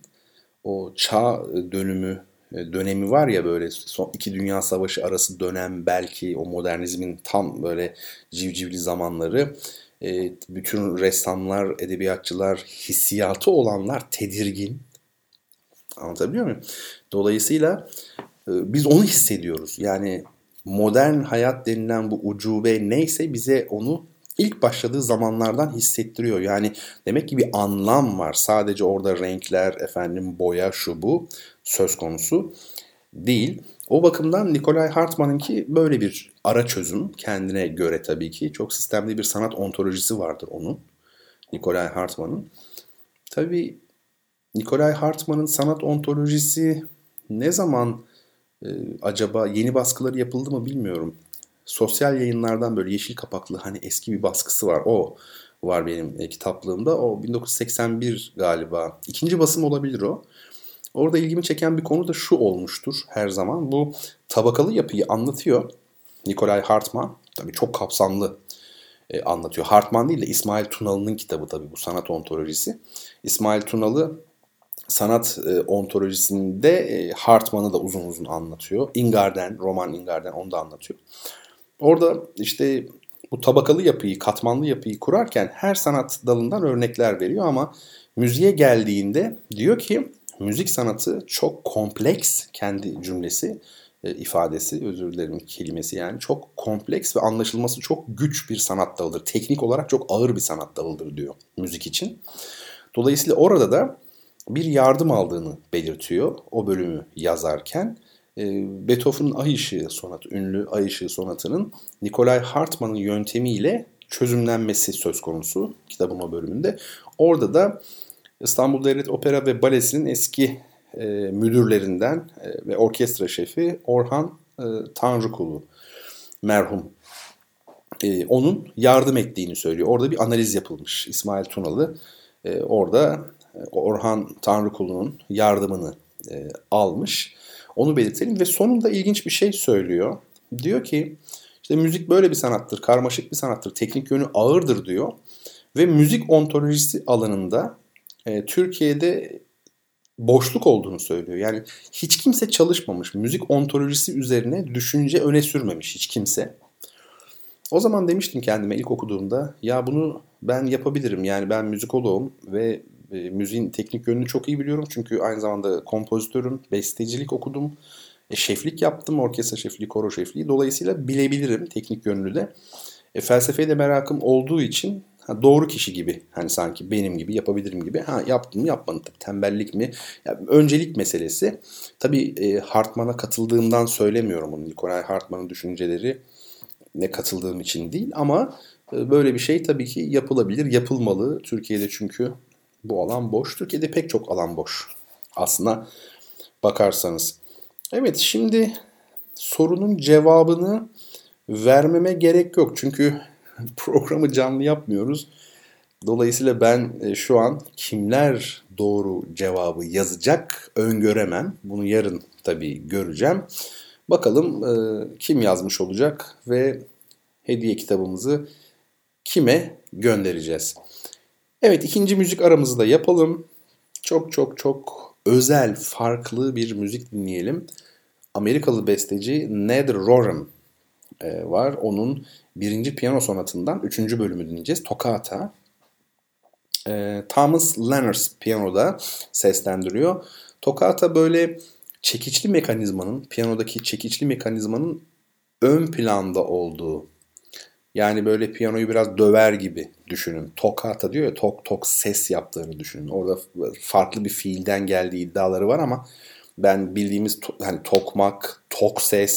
o çağ dönümü, dönemi var ya, böyle son iki dünya savaşı arası dönem, belki o modernizmin tam böyle civcivli zamanları. E, bütün ressamlar, edebiyatçılar, hissiyatı olanlar tedirgin. Anlatabiliyor muyum? Dolayısıyla e, biz onu hissediyoruz. Yani modern hayat denilen bu ucube neyse bize onu ilk başladığı zamanlardan hissettiriyor. Yani demek ki bir anlam var. Sadece orada renkler, efendim boya, şu bu söz konusu değil. O bakımdan Nikolay Hartmann'ınki böyle bir ara çözüm. Kendine göre tabii ki. Çok sistemli bir sanat ontolojisi vardır onun. Nikolay Hartmann'ın. Tabii Nikolay Hartmann'ın sanat ontolojisi ne zaman e, acaba yeni baskıları yapıldı mı bilmiyorum. Sosyal yayınlardan böyle yeşil kapaklı, hani eski bir baskısı var. O var benim e, kitaplığımda. O bin dokuz yüz seksen bir galiba. İkinci basım olabilir o. Orada ilgimi çeken bir konu da şu olmuştur her zaman. Bu tabakalı yapıyı anlatıyor Nikolay Hartmann. Tabii çok kapsamlı e, anlatıyor. Hartmann değil de İsmail Tunalı'nın kitabı tabii bu sanat ontolojisi. İsmail Tunalı sanat e, ontolojisinde e, Hartmann'ı da uzun uzun anlatıyor. Ingarden, Roman Ingarden onu da anlatıyor. Orada işte bu tabakalı yapıyı, katmanlı yapıyı kurarken her sanat dalından örnekler veriyor ama müziğe geldiğinde diyor ki müzik sanatı çok kompleks, kendi cümlesi, e, ifadesi, özür dilerim kelimesi yani, çok kompleks ve anlaşılması çok güç bir sanat dalıdır. Teknik olarak çok ağır bir sanat dalıdır diyor müzik için. Dolayısıyla orada da bir yardım aldığını belirtiyor o bölümü yazarken. Beethoven'ın Ay Işığı sonatı, ünlü Ay Işığı sonatının Nikolay Hartmann'ın yöntemiyle çözümlenmesi söz konusu kitabın o bölümünde. Orada da İstanbul Devlet Opera ve Balesi'nin eski e, müdürlerinden e, ve orkestra şefi Orhan e, Tanrıkulu merhum. E, onun yardım ettiğini söylüyor. Orada bir analiz yapılmış. İsmail Tunalı e, orada Orhan Tanrıkulu'nun yardımını e, almış. Onu belirtelim ve sonunda ilginç bir şey söylüyor. Diyor ki işte müzik böyle bir sanattır, karmaşık bir sanattır, teknik yönü ağırdır diyor. Ve müzik ontolojisi alanında e, Türkiye'de boşluk olduğunu söylüyor. Yani hiç kimse çalışmamış, müzik ontolojisi üzerine düşünce öne sürmemiş hiç kimse. O zaman demiştim kendime ilk okuduğumda, ya bunu ben yapabilirim. Yani ben müzikoloğum ve e, müziğin teknik yönünü çok iyi biliyorum. Çünkü aynı zamanda kompozitörüm, bestecilik okudum, e, şeflik yaptım, orkestra şefliği, koro şefliği. Dolayısıyla bilebilirim teknik yönünü de. E, felsefeye de merakım olduğu için ha, doğru kişi gibi, hani sanki benim gibi yapabilirim gibi. Ha, yaptım mı yapmadım, tabii tembellik mi? Yani öncelik meselesi. Tabii e, Hartmann'a katıldığımdan söylemiyorum bunu. Nikolay Hartmann'ın düşünceleri ne katıldığım için değil ama böyle bir şey tabii ki yapılabilir, yapılmalı. Türkiye'de çünkü bu alan boş. Türkiye'de pek çok alan boş aslına bakarsanız. Evet, şimdi sorunun cevabını vermeme gerek yok. Çünkü programı canlı yapmıyoruz. Dolayısıyla ben şu an kimler doğru cevabı yazacak öngöremem. Bunu yarın tabii göreceğim. Bakalım e, kim yazmış olacak ve hediye kitabımızı kime göndereceğiz. Evet, ikinci müzik aramızı da yapalım. Çok çok çok özel, farklı bir müzik dinleyelim. Amerikalı besteci Ned Rorem e, var. Onun birinci piyano sonatından üçüncü bölümü dinleyeceğiz. Toccata. E, Thomas Lenners piyanoda seslendiriyor. Toccata böyle çekiçli mekanizmanın, piyanodaki çekiçli mekanizmanın ön planda olduğu, yani böyle piyanoyu biraz döver gibi düşünün. Toccata diyor ya, tok tok ses yaptığını düşünün. Orada farklı bir fiilden geldiği iddiaları var ama ben bildiğimiz to- hani tokmak, tok ses,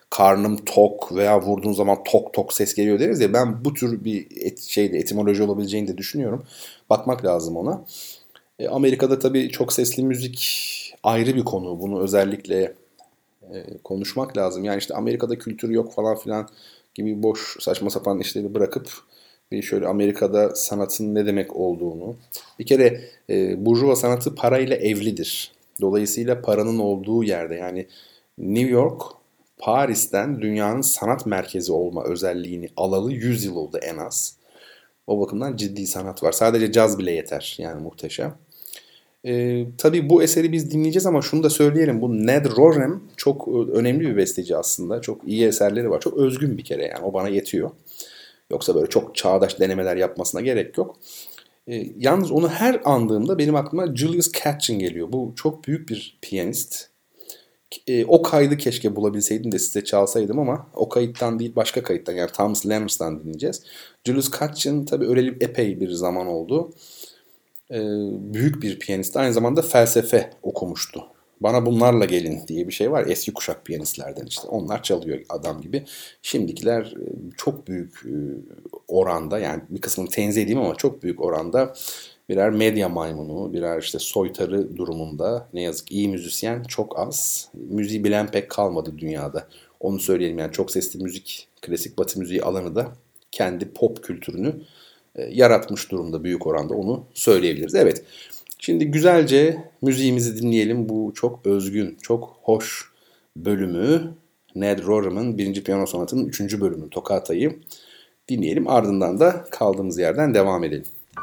karnım tok veya vurduğun zaman tok tok ses geliyor deriz ya, ben bu tür bir et, şeyde etimoloji olabileceğini de düşünüyorum. Bakmak lazım ona. E, Amerika'da tabii çok sesli müzik ayrı bir konu. Bunu özellikle e, konuşmak lazım. Yani işte Amerika'da kültür yok falan filan gibi boş saçma sapan işleri bırakıp bir şöyle Amerika'da sanatın ne demek olduğunu. Bir kere e, Burjuva sanatı parayla evlidir. Dolayısıyla paranın olduğu yerde, yani New York Paris'ten dünyanın sanat merkezi olma özelliğini alalı yüz yıl oldu en az. O bakımdan ciddi sanat var. Sadece caz bile yeter. Yani muhteşem. Ee, tabii bu eseri biz dinleyeceğiz ama şunu da söyleyelim. Bu Ned Rorem çok önemli bir besteci aslında. Çok iyi eserleri var. Çok özgün bir kere, yani o bana yetiyor. Yoksa böyle çok çağdaş denemeler yapmasına gerek yok. Ee, yalnız onu her andığımda benim aklıma Julius Katchen geliyor. Bu çok büyük bir piyanist. E, o kaydı keşke bulabilseydim de size çalsaydım ama o kayıttan değil, başka kayıttan, yani Thomas Lemmers'tan dinleyeceğiz. Julius Katchen tabii öleli epey bir zaman oldu. E, büyük bir piyanist, aynı zamanda felsefe okumuştu. Bana bunlarla gelin diye bir şey var. Eski kuşak piyanistlerden işte. Onlar çalıyor adam gibi. Şimdikiler çok büyük oranda, yani bir kısmını tenzih edeyim ama çok büyük oranda birer medya maymunu, birer işte soytarı durumunda. Ne yazık iyi müzisyen çok az. Müziği bilen pek kalmadı dünyada. Onu söyleyelim, yani çok sesli müzik, klasik batı müziği alanı da kendi pop kültürünü e, yaratmış durumda büyük oranda, onu söyleyebiliriz. Evet, şimdi güzelce müziğimizi dinleyelim. Bu çok özgün, çok hoş bölümü, Ned Rorem'ın birinci piyano sonatının üçüncü bölümü, Toccata'yı dinleyelim. Ardından da kaldığımız yerden devam edelim.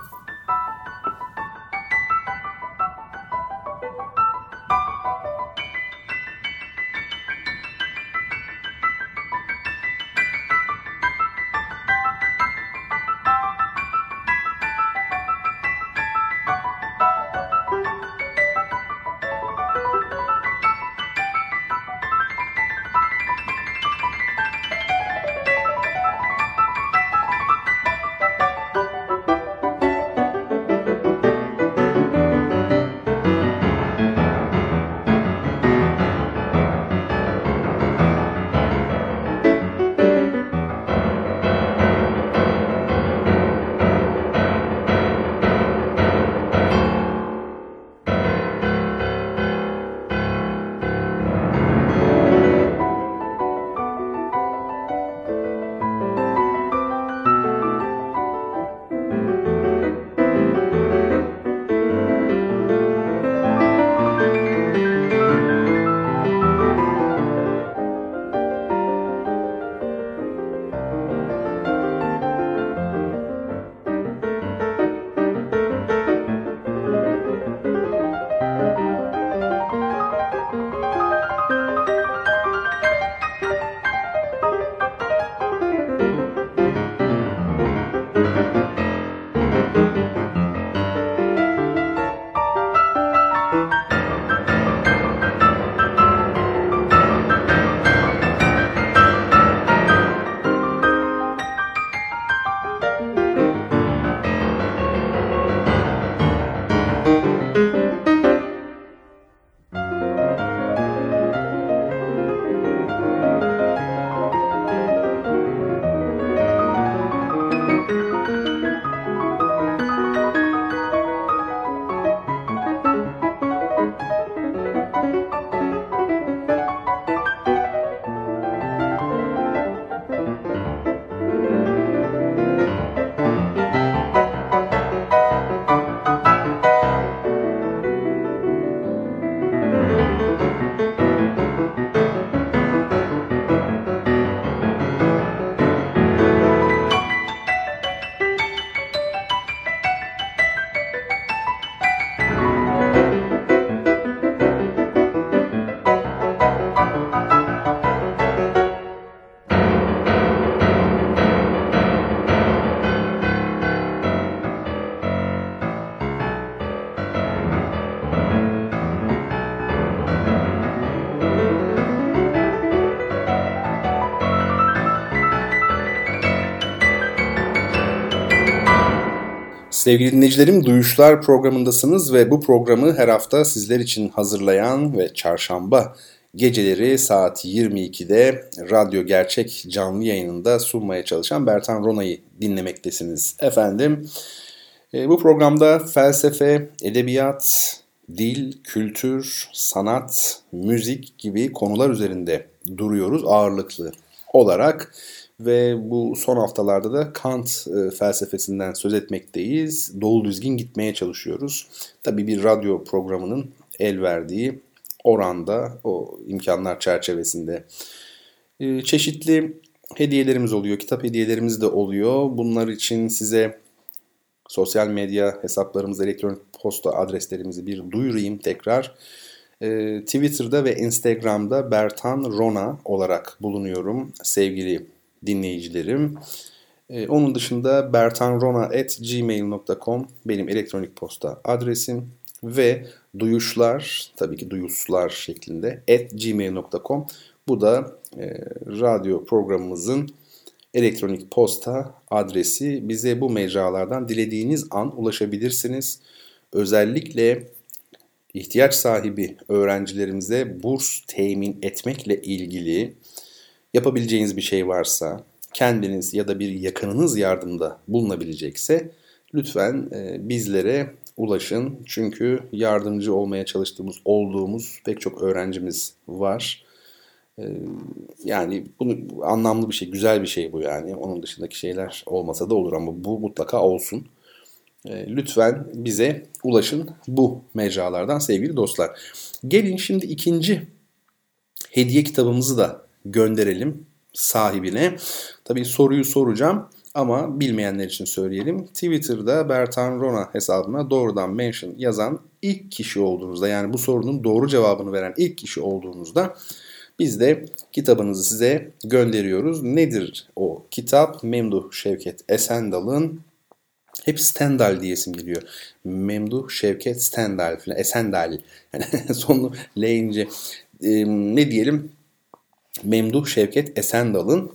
Sevgili dinleyicilerim, Duyuşlar programındasınız ve bu programı her hafta sizler için hazırlayan ve çarşamba geceleri saat yirmi ikide Radyo Gerçek canlı yayınında sunmaya çalışan Bertan Rona'yı dinlemektesiniz efendim. E, bu programda felsefe, edebiyat, dil, kültür, sanat, müzik gibi konular üzerinde duruyoruz ağırlıklı olarak. Ve bu son haftalarda da Kant e, felsefesinden söz etmekteyiz. Dolu düzgün gitmeye çalışıyoruz. Tabii bir radyo programının el verdiği oranda, o imkanlar çerçevesinde. E, çeşitli hediyelerimiz oluyor, kitap hediyelerimiz de oluyor. Bunlar için size sosyal medya hesaplarımız, elektronik posta adreslerimizi bir duyurayım tekrar. E, Twitter'da ve Instagram'da Bertan Rona olarak bulunuyorum sevgili dinleyicilerim. Ee, onun dışında bertanrona at gmail nokta com benim elektronik posta adresim ve duyuşlar, tabii ki duyuşlar şeklinde at gmail nokta com. Bu da e, radyo programımızın elektronik posta adresi. Bize bu mecralardan dilediğiniz an ulaşabilirsiniz. Özellikle ihtiyaç sahibi öğrencilerimize burs temin etmekle ilgili yapabileceğiniz bir şey varsa, kendiniz ya da bir yakınınız yardımda bulunabilecekse lütfen e, bizlere ulaşın. Çünkü yardımcı olmaya çalıştığımız, olduğumuz pek çok öğrencimiz var. E, yani bunu anlamlı bir şey, güzel bir şey bu yani. Onun dışındaki şeyler olmasa da olur ama bu mutlaka olsun. E, lütfen bize ulaşın bu mecralardan sevgili dostlar. Gelin şimdi ikinci hediye kitabımızı da gönderelim sahibine. Tabii soruyu soracağım ama bilmeyenler için söyleyelim. Twitter'da Bertan Rona hesabına doğrudan mention yazan ilk kişi olduğunuzda, yani bu sorunun doğru cevabını veren ilk kişi olduğunuzda biz de kitabınızı size gönderiyoruz. Nedir o kitap? Memduh Şevket Esendal'ın, hep Stendhal diyesim geliyor. Memduh Şevket Stendhal falan. Esendal. Yani sonu L ince. Ee, ne diyelim? Memduh Şevket Esendal'ın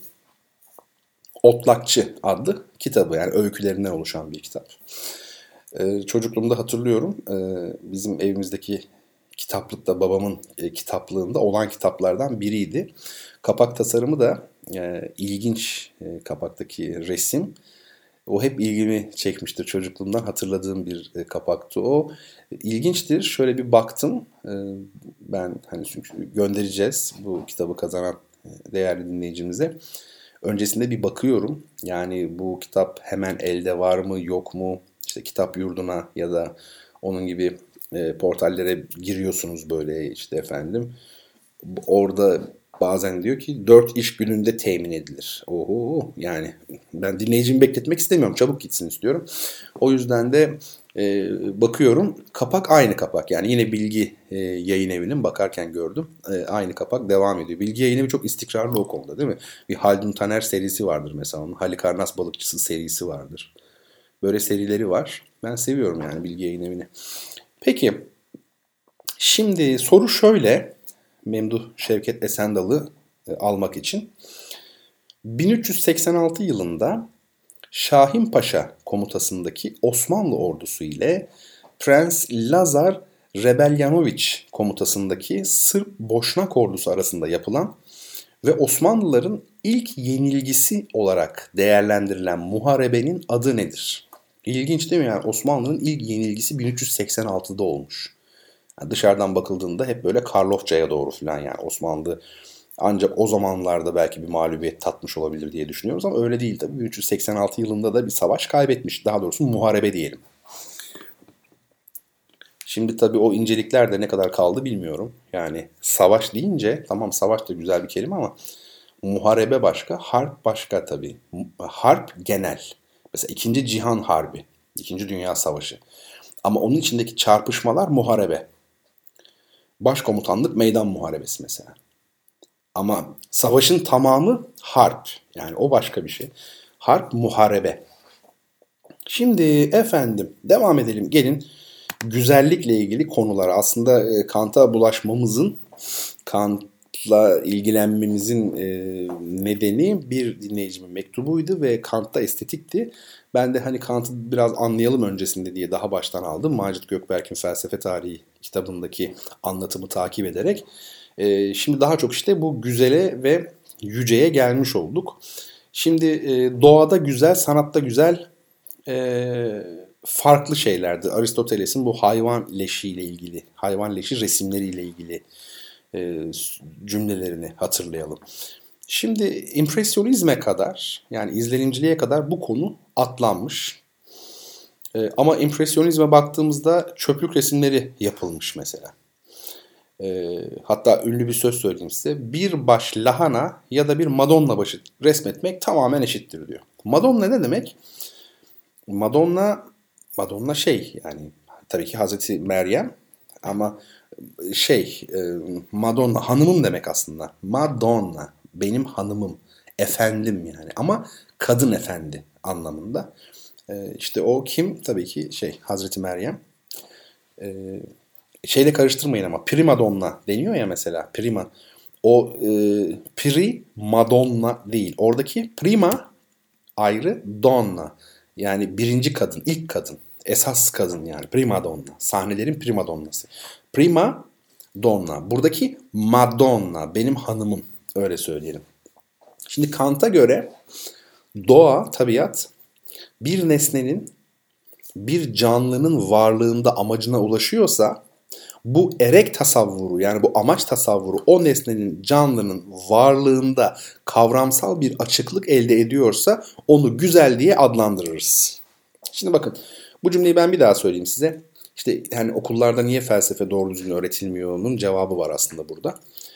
Otlakçı adlı kitabı, yani öykülerinden oluşan bir kitap. Ee, çocukluğumda hatırlıyorum, ee, bizim evimizdeki kitaplıkta, babamın e, kitaplığında olan kitaplardan biriydi. Kapak tasarımı da e, ilginç, e, kapaktaki resim. O hep ilgimi çekmiştir, çocukluğumdan hatırladığım bir e, kapaktı o. İlginçtir, şöyle bir baktım, e, ben hani çünkü göndereceğiz bu kitabı kazanan e, değerli dinleyicimize. Öncesinde bir bakıyorum, yani bu kitap hemen elde var mı yok mu, işte kitap yurduna ya da onun gibi e, portallere giriyorsunuz böyle işte efendim. Orada bazen diyor ki dört iş gününde temin edilir. Oho, yani ben dinleyicimi bekletmek istemiyorum. Çabuk gitsin istiyorum. O yüzden de e, bakıyorum. Kapak aynı kapak. Yani yine Bilgi e, Yayın Evi'nin, bakarken gördüm. E, aynı kapak devam ediyor. Bilgi Yayın Evi çok istikrarlı o konuda, değil mi? Bir Haldun Taner serisi vardır mesela. Onun Halikarnas Balıkçısı serisi vardır. Böyle serileri var. Ben seviyorum yani Bilgi Yayın Evi'ni. Peki. Şimdi soru şöyle. Memduh Şevket Esendal'ı e, almak için. bin üç yüz seksen altı yılında Şahin Paşa komutasındaki Osmanlı ordusu ile Prens Lazar Rebeljanovich komutasındaki Sırp Boşnak ordusu arasında yapılan ve Osmanlıların ilk yenilgisi olarak değerlendirilen muharebenin adı nedir? İlginç değil mi? Yani Osmanlı'nın ilk yenilgisi bin üç yüz seksen altıda olmuş. Yani dışarıdan bakıldığında hep böyle Karlofça'ya doğru falan, yani Osmanlı ancak o zamanlarda belki bir mağlubiyet tatmış olabilir diye düşünüyoruz ama öyle değil tabii. bin üç yüz seksen altı yılında da bir savaş kaybetmiş. Daha doğrusu muharebe diyelim. Şimdi tabii o incelikler de ne kadar kaldı bilmiyorum. Yani savaş deyince tamam, savaş da güzel bir kelime ama muharebe başka, harp başka tabii. Harp genel. Mesela İkinci Cihan Harbi, İkinci Dünya Savaşı. Ama onun içindeki çarpışmalar muharebe. Başkomutanlık meydan muharebesi mesela. Ama savaşın tamamı harp. Yani o başka bir şey. Harp, muharebe. Şimdi efendim devam edelim. Gelin güzellikle ilgili konulara. Aslında Kant'a bulaşmamızın, Kant'la ilgilenmemizin nedeni bir dinleyicimin mektubuydu ve Kant'ta estetikti. Ben de hani Kant'ı biraz anlayalım öncesinde diye daha baştan aldım. Macit Gökberk'in Felsefe Tarihi kitabındaki anlatımı takip ederek. E, şimdi daha çok işte bu güzele ve yüceye gelmiş olduk. Şimdi e, doğada güzel, sanatta güzel e, farklı şeylerdi. Aristoteles'in bu hayvan leşiyle ilgili, hayvan leşi resimleriyle ilgili e, cümlelerini hatırlayalım. Şimdi impresyonizme kadar, yani izlenimciliğe kadar bu konu atlanmış. E, ama impresyonizme baktığımızda çöplük resimleri yapılmış mesela. E, hatta ünlü bir söz söyleyeyim size. Bir baş lahana ya da bir Madonna başı resmetmek tamamen eşittir diyor. Madonna ne demek? Madonna, Madonna şey yani tabii ki Hazreti Meryem ama şey e, Madonna hanımım demek aslında. Madonna benim hanımım, efendim yani ama kadın efendi anlamında. E, işte o kim? Tabii ki şey Hazreti Meryem. E, şeyle karıştırmayın ama prima donna deniyor ya mesela prima. O e, pri Madonna değil. Oradaki prima ayrı donna. Yani birinci kadın, ilk kadın. Esas kadın yani. Prima donna. Sahnelerin prima donnası. Prima donna. Buradaki Madonna. Benim hanımım. Öyle söyleyelim. Şimdi Kant'a göre doğa, tabiat bir nesnenin, bir canlının varlığında amacına ulaşıyorsa bu erek tasavvuru yani bu amaç tasavvuru o nesnenin, canlının varlığında kavramsal bir açıklık elde ediyorsa onu güzel diye adlandırırız. Şimdi bakın bu cümleyi ben bir daha söyleyeyim size. İşte hani okullarda niye felsefe doğru düzgün öğretilmiyor'nun cevabı var aslında burada.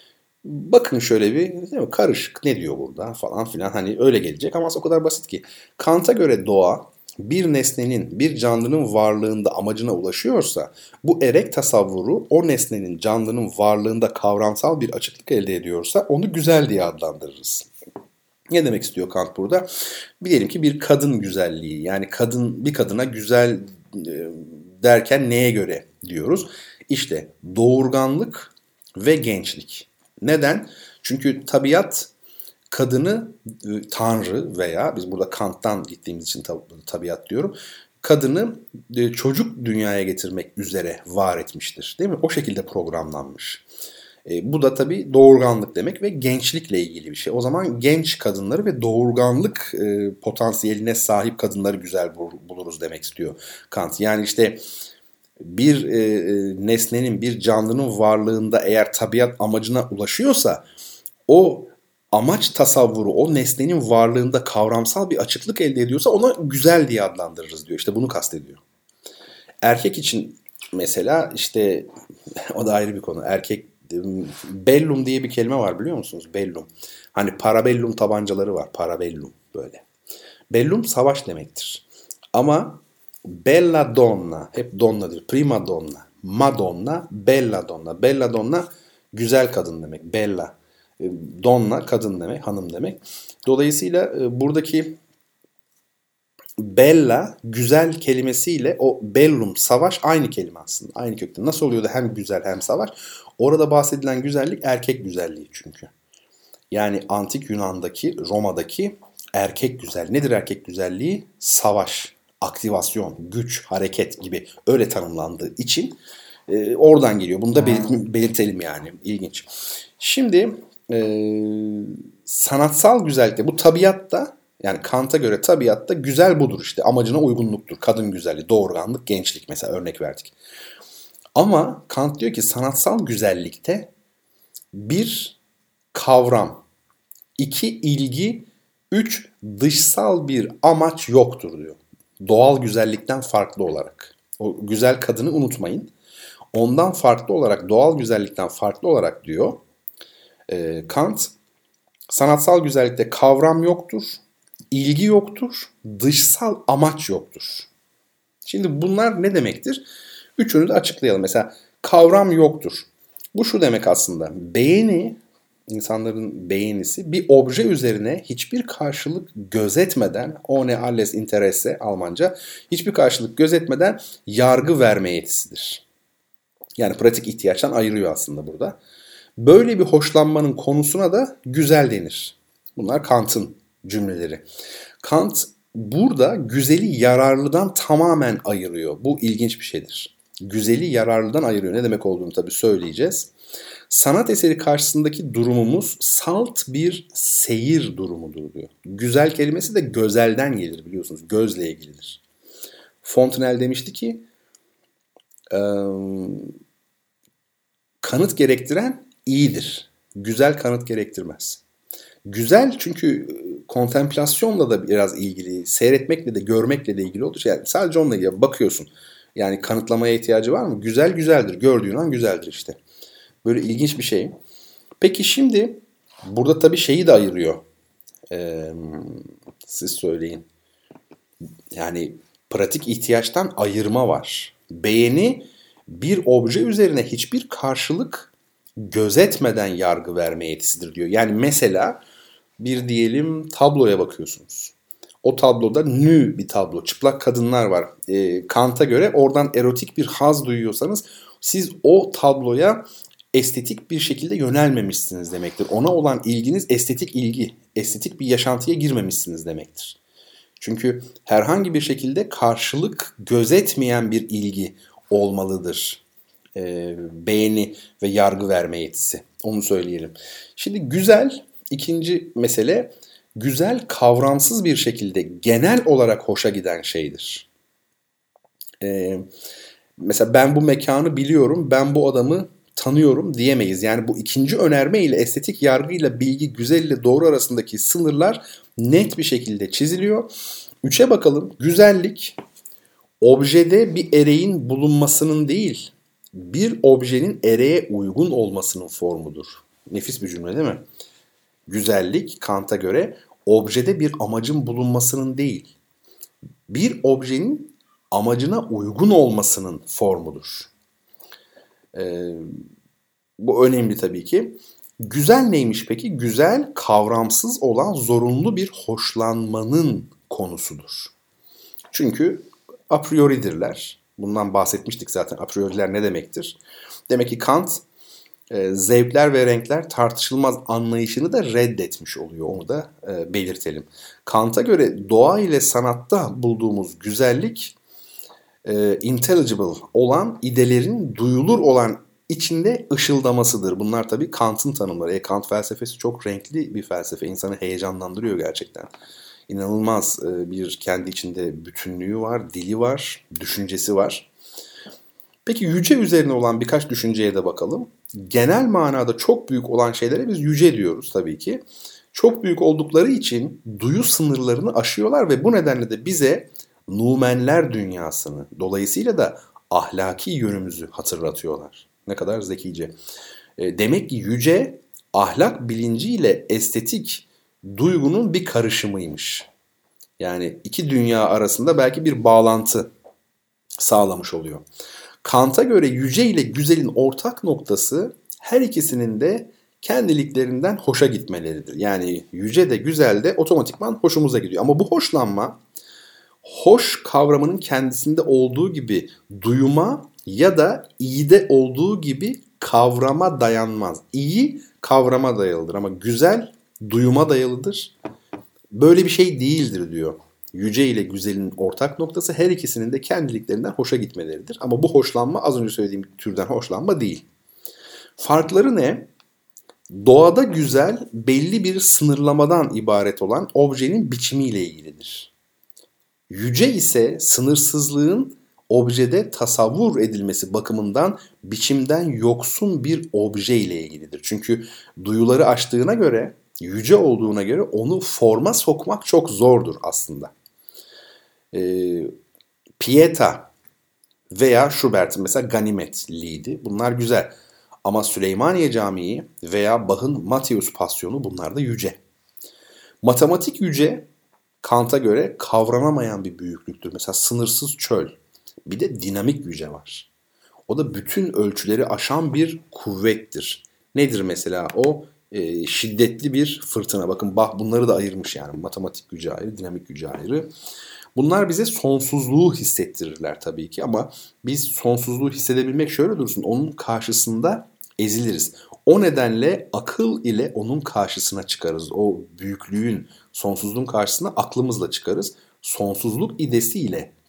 Bakın şöyle bir değil mi? Karışık ne diyor burada falan filan hani öyle gelecek ama o kadar basit ki. Kant'a göre doğa bir nesnenin, bir canlının varlığında amacına ulaşıyorsa bu erek tasavvuru o nesnenin, canlının varlığında kavramsal bir açıklık elde ediyorsa onu güzel diye adlandırırız. Ne demek istiyor Kant burada? Diyelim ki bir kadın güzelliği yani kadın bir kadına güzel derken neye göre diyoruz? İşte doğurganlık ve gençlik. Neden? Çünkü tabiat kadını Tanrı veya biz burada Kant'tan gittiğimiz için tab- tabiat diyorum. Kadını çocuk dünyaya getirmek üzere var etmiştir. Değil mi? O şekilde programlanmış. E, bu da tabii doğurganlık demek ve gençlikle ilgili bir şey. O zaman genç kadınları ve doğurganlık e, potansiyeline sahip kadınları güzel buluruz demek istiyor Kant. Yani işte bir e, nesnenin, bir canlının varlığında eğer tabiat amacına ulaşıyorsa o amaç tasavvuru, o nesnenin varlığında kavramsal bir açıklık elde ediyorsa ona güzel diye adlandırırız diyor. İşte bunu kastediyor. Erkek için mesela işte o da ayrı bir konu. Erkek bellum diye bir kelime var biliyor musunuz? Bellum. Hani parabellum tabancaları var. Parabellum böyle. Bellum savaş demektir. Ama bella donna hep donnadır. Prima donna, madonna, bella donna. Bella donna güzel kadın demek. Bella. Donna kadın demek, hanım demek. Dolayısıyla buradaki bella güzel kelimesiyle o bellum savaş aynı kelime aslında. Aynı kökten. Nasıl oluyor da hem güzel hem savaş? Orada bahsedilen güzellik erkek güzelliği çünkü. Yani antik Yunan'daki, Roma'daki erkek güzel. Nedir erkek güzelliği? Savaş, aktivasyon, güç, hareket gibi öyle tanımlandığı için e, oradan geliyor. Bunu da belirt- belirtelim yani. İlginç. Şimdi e, sanatsal güzellikte bu tabiatta yani Kant'a göre tabiatta güzel budur işte. Amacına uygunluktur. Kadın güzelliği, doğurganlık, gençlik mesela örnek verdik. Ama Kant diyor ki sanatsal güzellikte bir kavram, iki ilgi, üç dışsal bir amaç yoktur diyor. Doğal güzellikten farklı olarak. O güzel kadını unutmayın. Ondan farklı olarak, doğal güzellikten farklı olarak diyor e, Kant, sanatsal güzellikte kavram yoktur, ilgi yoktur, dışsal amaç yoktur. Şimdi bunlar ne demektir? Üçünü de açıklayalım. Mesela kavram yoktur. Bu şu demek aslında. Beğeni, insanların beğenisi bir obje üzerine hiçbir karşılık gözetmeden, ohne alles Interesse Almanca, hiçbir karşılık gözetmeden yargı verme yetisidir. Yani pratik ihtiyaçtan ayırıyor aslında burada. Böyle bir hoşlanmanın konusuna da güzel denir. Bunlar Kant'ın cümleleri. Kant burada güzeli yararlıdan tamamen ayırıyor. Bu ilginç bir şeydir. güzeli yararlıdan ayırıyor. Ne demek olduğunu tabii söyleyeceğiz. Sanat eseri karşısındaki durumumuz salt bir seyir durumudur diyor. Güzel kelimesi de gözelden gelir biliyorsunuz. Gözle ilgilidir. Fontenelle demişti ki kanıt gerektiren iyidir. Güzel kanıt gerektirmez. Güzel çünkü kontemplasyonla da biraz ilgili, seyretmekle de görmekle de ilgili olduğu şey. Yani sadece onunla ilgili bakıyorsun. Yani kanıtlamaya ihtiyacı var mı? Güzel güzeldir. Gördüğün an güzeldir işte. Böyle ilginç bir şey. Peki şimdi burada tabii şeyi de ayırıyor. Ee, siz söyleyin. Yani pratik ihtiyaçtan ayırma var. Beğeni bir obje üzerine hiçbir karşılık gözetmeden yargı verme yetisidir diyor. Yani mesela bir diyelim tabloya bakıyorsunuz. O tabloda nü bir tablo, çıplak kadınlar var. E, Kant'a göre oradan erotik bir haz duyuyorsanız siz o tabloya estetik bir şekilde yönelmemişsiniz demektir. Ona olan ilginiz estetik ilgi, estetik bir yaşantıya girmemişsiniz demektir. Çünkü herhangi bir şekilde karşılık gözetmeyen bir ilgi olmalıdır. E, beğeni ve yargı verme yetisi. Onu söyleyelim. Şimdi güzel, ikinci mesele, güzel kavramsız bir şekilde genel olarak hoşa giden şeydir. E, mesela ben bu mekanı biliyorum, ben bu adamı tanıyorum diyemeyiz. Yani bu ikinci önerme ile estetik yargıyla bilgi, güzel ile doğru arasındaki sınırlar net bir şekilde çiziliyor. Üçe bakalım. Güzellik, objede bir ereğin bulunmasının değil, bir objenin ereğe uygun olmasının formudur. Nefis bir cümle değil mi? Güzellik, Kant'a göre objede bir amacın bulunmasının değil, bir objenin amacına uygun olmasının formudur. Ee, bu önemli tabii ki. Güzel neymiş peki? Güzel, kavramsız olan zorunlu bir hoşlanmanın konusudur. Çünkü a prioridirler. Bundan bahsetmiştik zaten. A prioriler ne demektir? Demek ki Kant e, zevkler ve renkler tartışılmaz anlayışını da reddetmiş oluyor. Onu da e, belirtelim. Kant'a göre doğa ile sanatta bulduğumuz güzellik e, intelligible olan idelerin duyulur olan içinde ışıldamasıdır. Bunlar tabii Kant'ın tanımları. E, Kant felsefesi çok renkli bir felsefe. İnsanı heyecanlandırıyor gerçekten. İnanılmaz bir kendi içinde bütünlüğü var, dili var, düşüncesi var. Peki yüce üzerine olan birkaç düşünceye de bakalım. Genel manada çok büyük olan şeylere biz yüce diyoruz tabii ki. Çok büyük oldukları için duyu sınırlarını aşıyorlar ve bu nedenle de bize numenler dünyasını, dolayısıyla da ahlaki yönümüzü hatırlatıyorlar. Ne kadar zekice. Demek ki yüce ahlak bilinciyle estetik duygunun bir karışımıymış. Yani iki dünya arasında belki bir bağlantı sağlamış oluyor. Kant'a göre yüce ile güzelin ortak noktası her ikisinin de kendiliklerinden hoşa gitmeleridir. Yani yüce de güzel de otomatikman hoşumuza gidiyor. Ama bu hoşlanma hoş kavramının kendisinde olduğu gibi duyuma ya da iyide olduğu gibi kavrama dayanmaz. İyi kavrama dayalıdır ama güzel duyuma dayalıdır. Böyle bir şey değildir diyor. Yüce ile güzelin ortak noktası her ikisinin de kendiliklerinden hoşa gitmeleridir. Ama bu hoşlanma az önce söylediğim türden hoşlanma değil. Farkları ne? Doğada güzel belli bir sınırlamadan ibaret olan objenin biçimiyle ilgilidir. Yüce ise sınırsızlığın objede tasavvur edilmesi bakımından biçimden yoksun bir obje ile ilgilidir. Çünkü duyuları aştığına göre, yüce olduğuna göre onu forma sokmak çok zordur aslında. Ee, Pieta veya Schubert'in mesela Ganimetliğiydi. Bunlar güzel. Ama Süleymaniye Camii veya Bach'ın Matthäus Pasyonu bunlar da yüce. Matematik yüce, Kant'a göre kavranamayan bir büyüklüktür. Mesela sınırsız çöl. Bir de dinamik yüce var. O da bütün ölçüleri aşan bir kuvvettir. Nedir mesela o? E, şiddetli bir fırtına. Bakın Bach bunları da ayırmış yani. Matematik gücü ayrı, dinamik gücü ayrı. Bunlar bize sonsuzluğu hissettirirler tabii ki ama biz sonsuzluğu hissedebilmek şöyle dursun. Onun karşısında eziliriz. O nedenle akıl ile onun karşısına çıkarız. O büyüklüğün, sonsuzluğun karşısına aklımızla çıkarız. Sonsuzluk idesiyle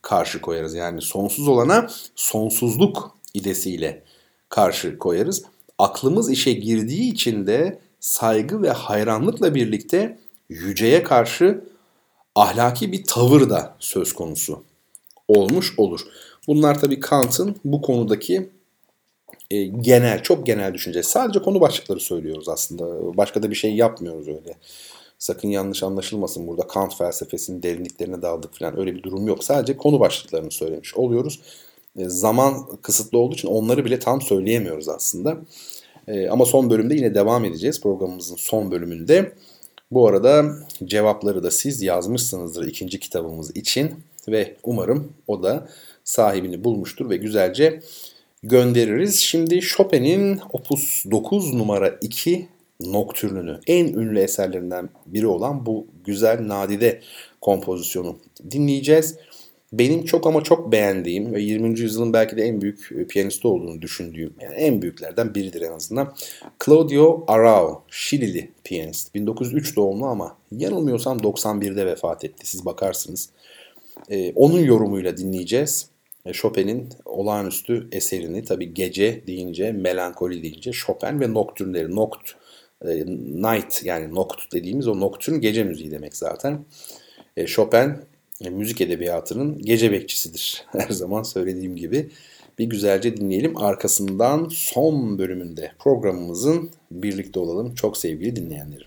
karşı koyarız. Yani sonsuz olana sonsuzluk idesiyle karşı koyarız. Aklımız işe girdiği için de saygı ve hayranlıkla birlikte yüceye karşı ahlaki bir tavır da söz konusu olmuş olur. Bunlar tabii Kant'ın bu konudaki e, genel, çok genel düşünce. Sadece konu başlıkları söylüyoruz aslında. Başka da bir şey yapmıyoruz öyle. Sakın yanlış anlaşılmasın, burada Kant felsefesinin derinliklerine daldık falan, öyle bir durum yok. Sadece konu başlıklarını söylemiş oluyoruz. E, zaman kısıtlı olduğu için onları bile tam söyleyemiyoruz aslında. E, ama son bölümde yine devam edeceğiz, programımızın son bölümünde. Bu arada cevapları da siz yazmışsınızdır ikinci kitabımız için ve umarım o da sahibini bulmuştur ve güzelce göndeririz. Şimdi Chopin'in Opus dokuz numara iki Noktürnünü, en ünlü eserlerinden biri olan bu güzel nadide kompozisyonu dinleyeceğiz. Benim çok ama çok beğendiğim ve yirminci yüzyılın belki de en büyük piyanisti olduğunu düşündüğüm, yani en büyüklerden biridir en azından, Claudio Arrau, Şilili piyanist. bin dokuz yüz üç doğumlu ama yanılmıyorsam doksan birde vefat etti. Siz bakarsınız. Ee, onun yorumuyla dinleyeceğiz Chopin'in olağanüstü eserini. Tabii gece deyince, melankoli deyince Chopin ve noktürnleri, nokt, e, night yani nokt dediğimiz o noktürn gece müziği demek zaten. E, Chopin e, müzik edebiyatının gece bekçisidir. Her zaman söylediğim gibi. Bir güzelce dinleyelim. Arkasından son bölümünde programımızın birlikte olalım. Çok sevgili dinleyenlerim.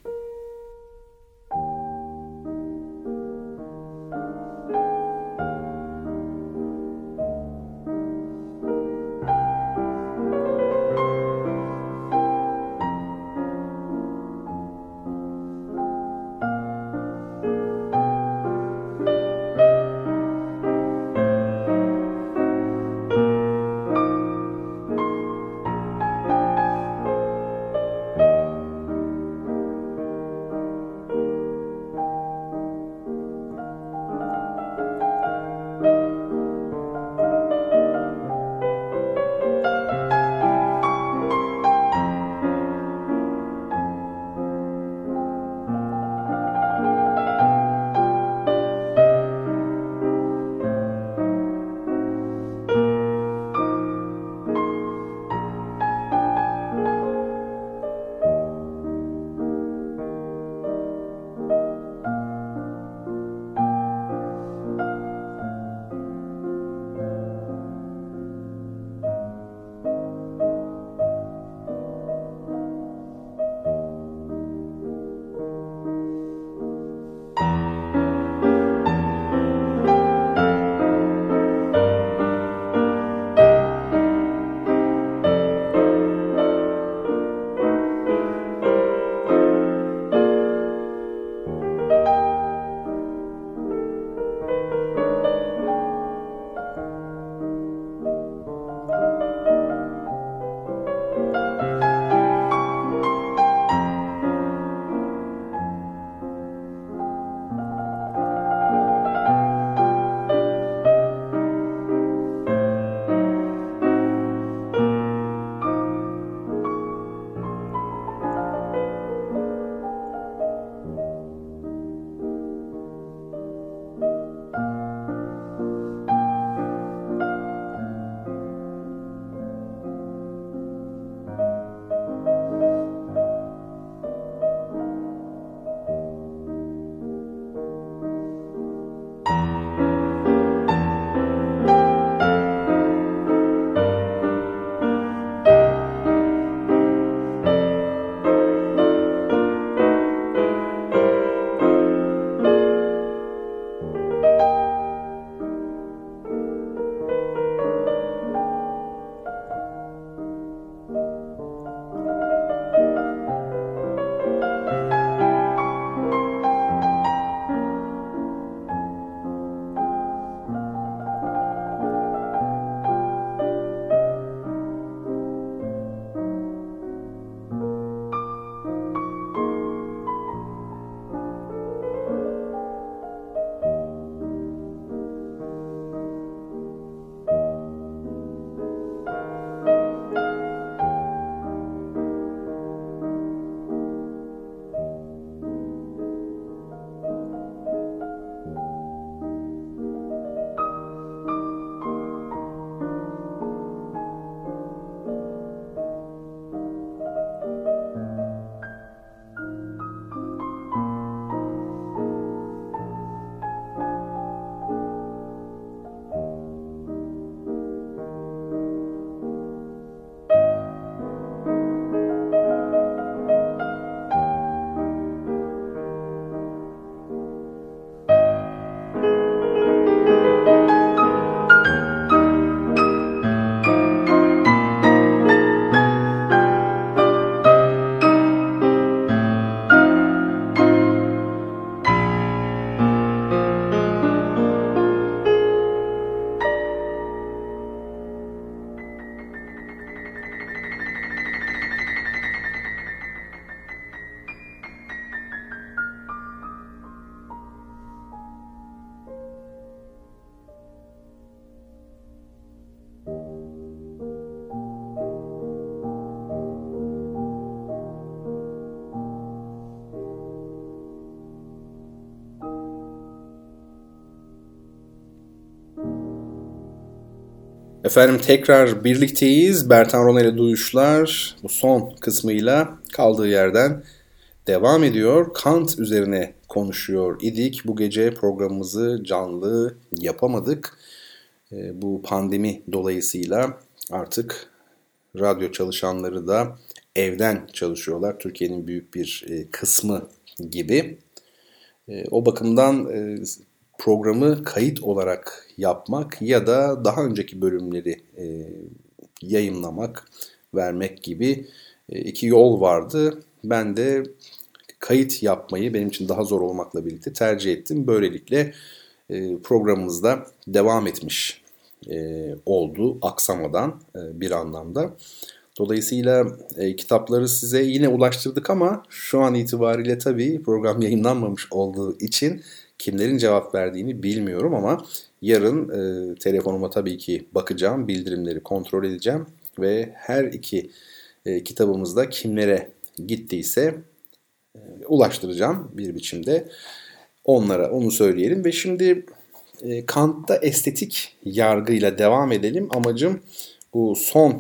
Efendim tekrar birlikteyiz. Bertan Rona ile Duyuşlar bu son kısmıyla kaldığı yerden devam ediyor. Kant üzerine konuşuyor idik. Bu gece programımızı canlı yapamadık. E, bu pandemi dolayısıyla artık radyo çalışanları da evden çalışıyorlar. Türkiye'nin büyük bir e, kısmı gibi. E, o bakımdan e, programı kayıt olarak yapmak ya da daha önceki bölümleri e, yayınlamak, vermek gibi e, iki yol vardı. Ben de kayıt yapmayı benim için daha zor olmakla birlikte tercih ettim. Böylelikle e, programımızda devam etmiş e, oldu aksamadan e, bir anlamda. Dolayısıyla e, kitapları size yine ulaştırdık ama şu an itibariyle tabii program yayınlanmamış olduğu için kimlerin cevap verdiğini bilmiyorum ama yarın e, telefonuma tabii ki bakacağım, bildirimleri kontrol edeceğim ve her iki e, kitabımızda kimlere gittiyse e, ulaştıracağım bir biçimde. Onlara onu söyleyelim ve şimdi e, Kant'ta estetik yargıyla devam edelim. Amacım bu son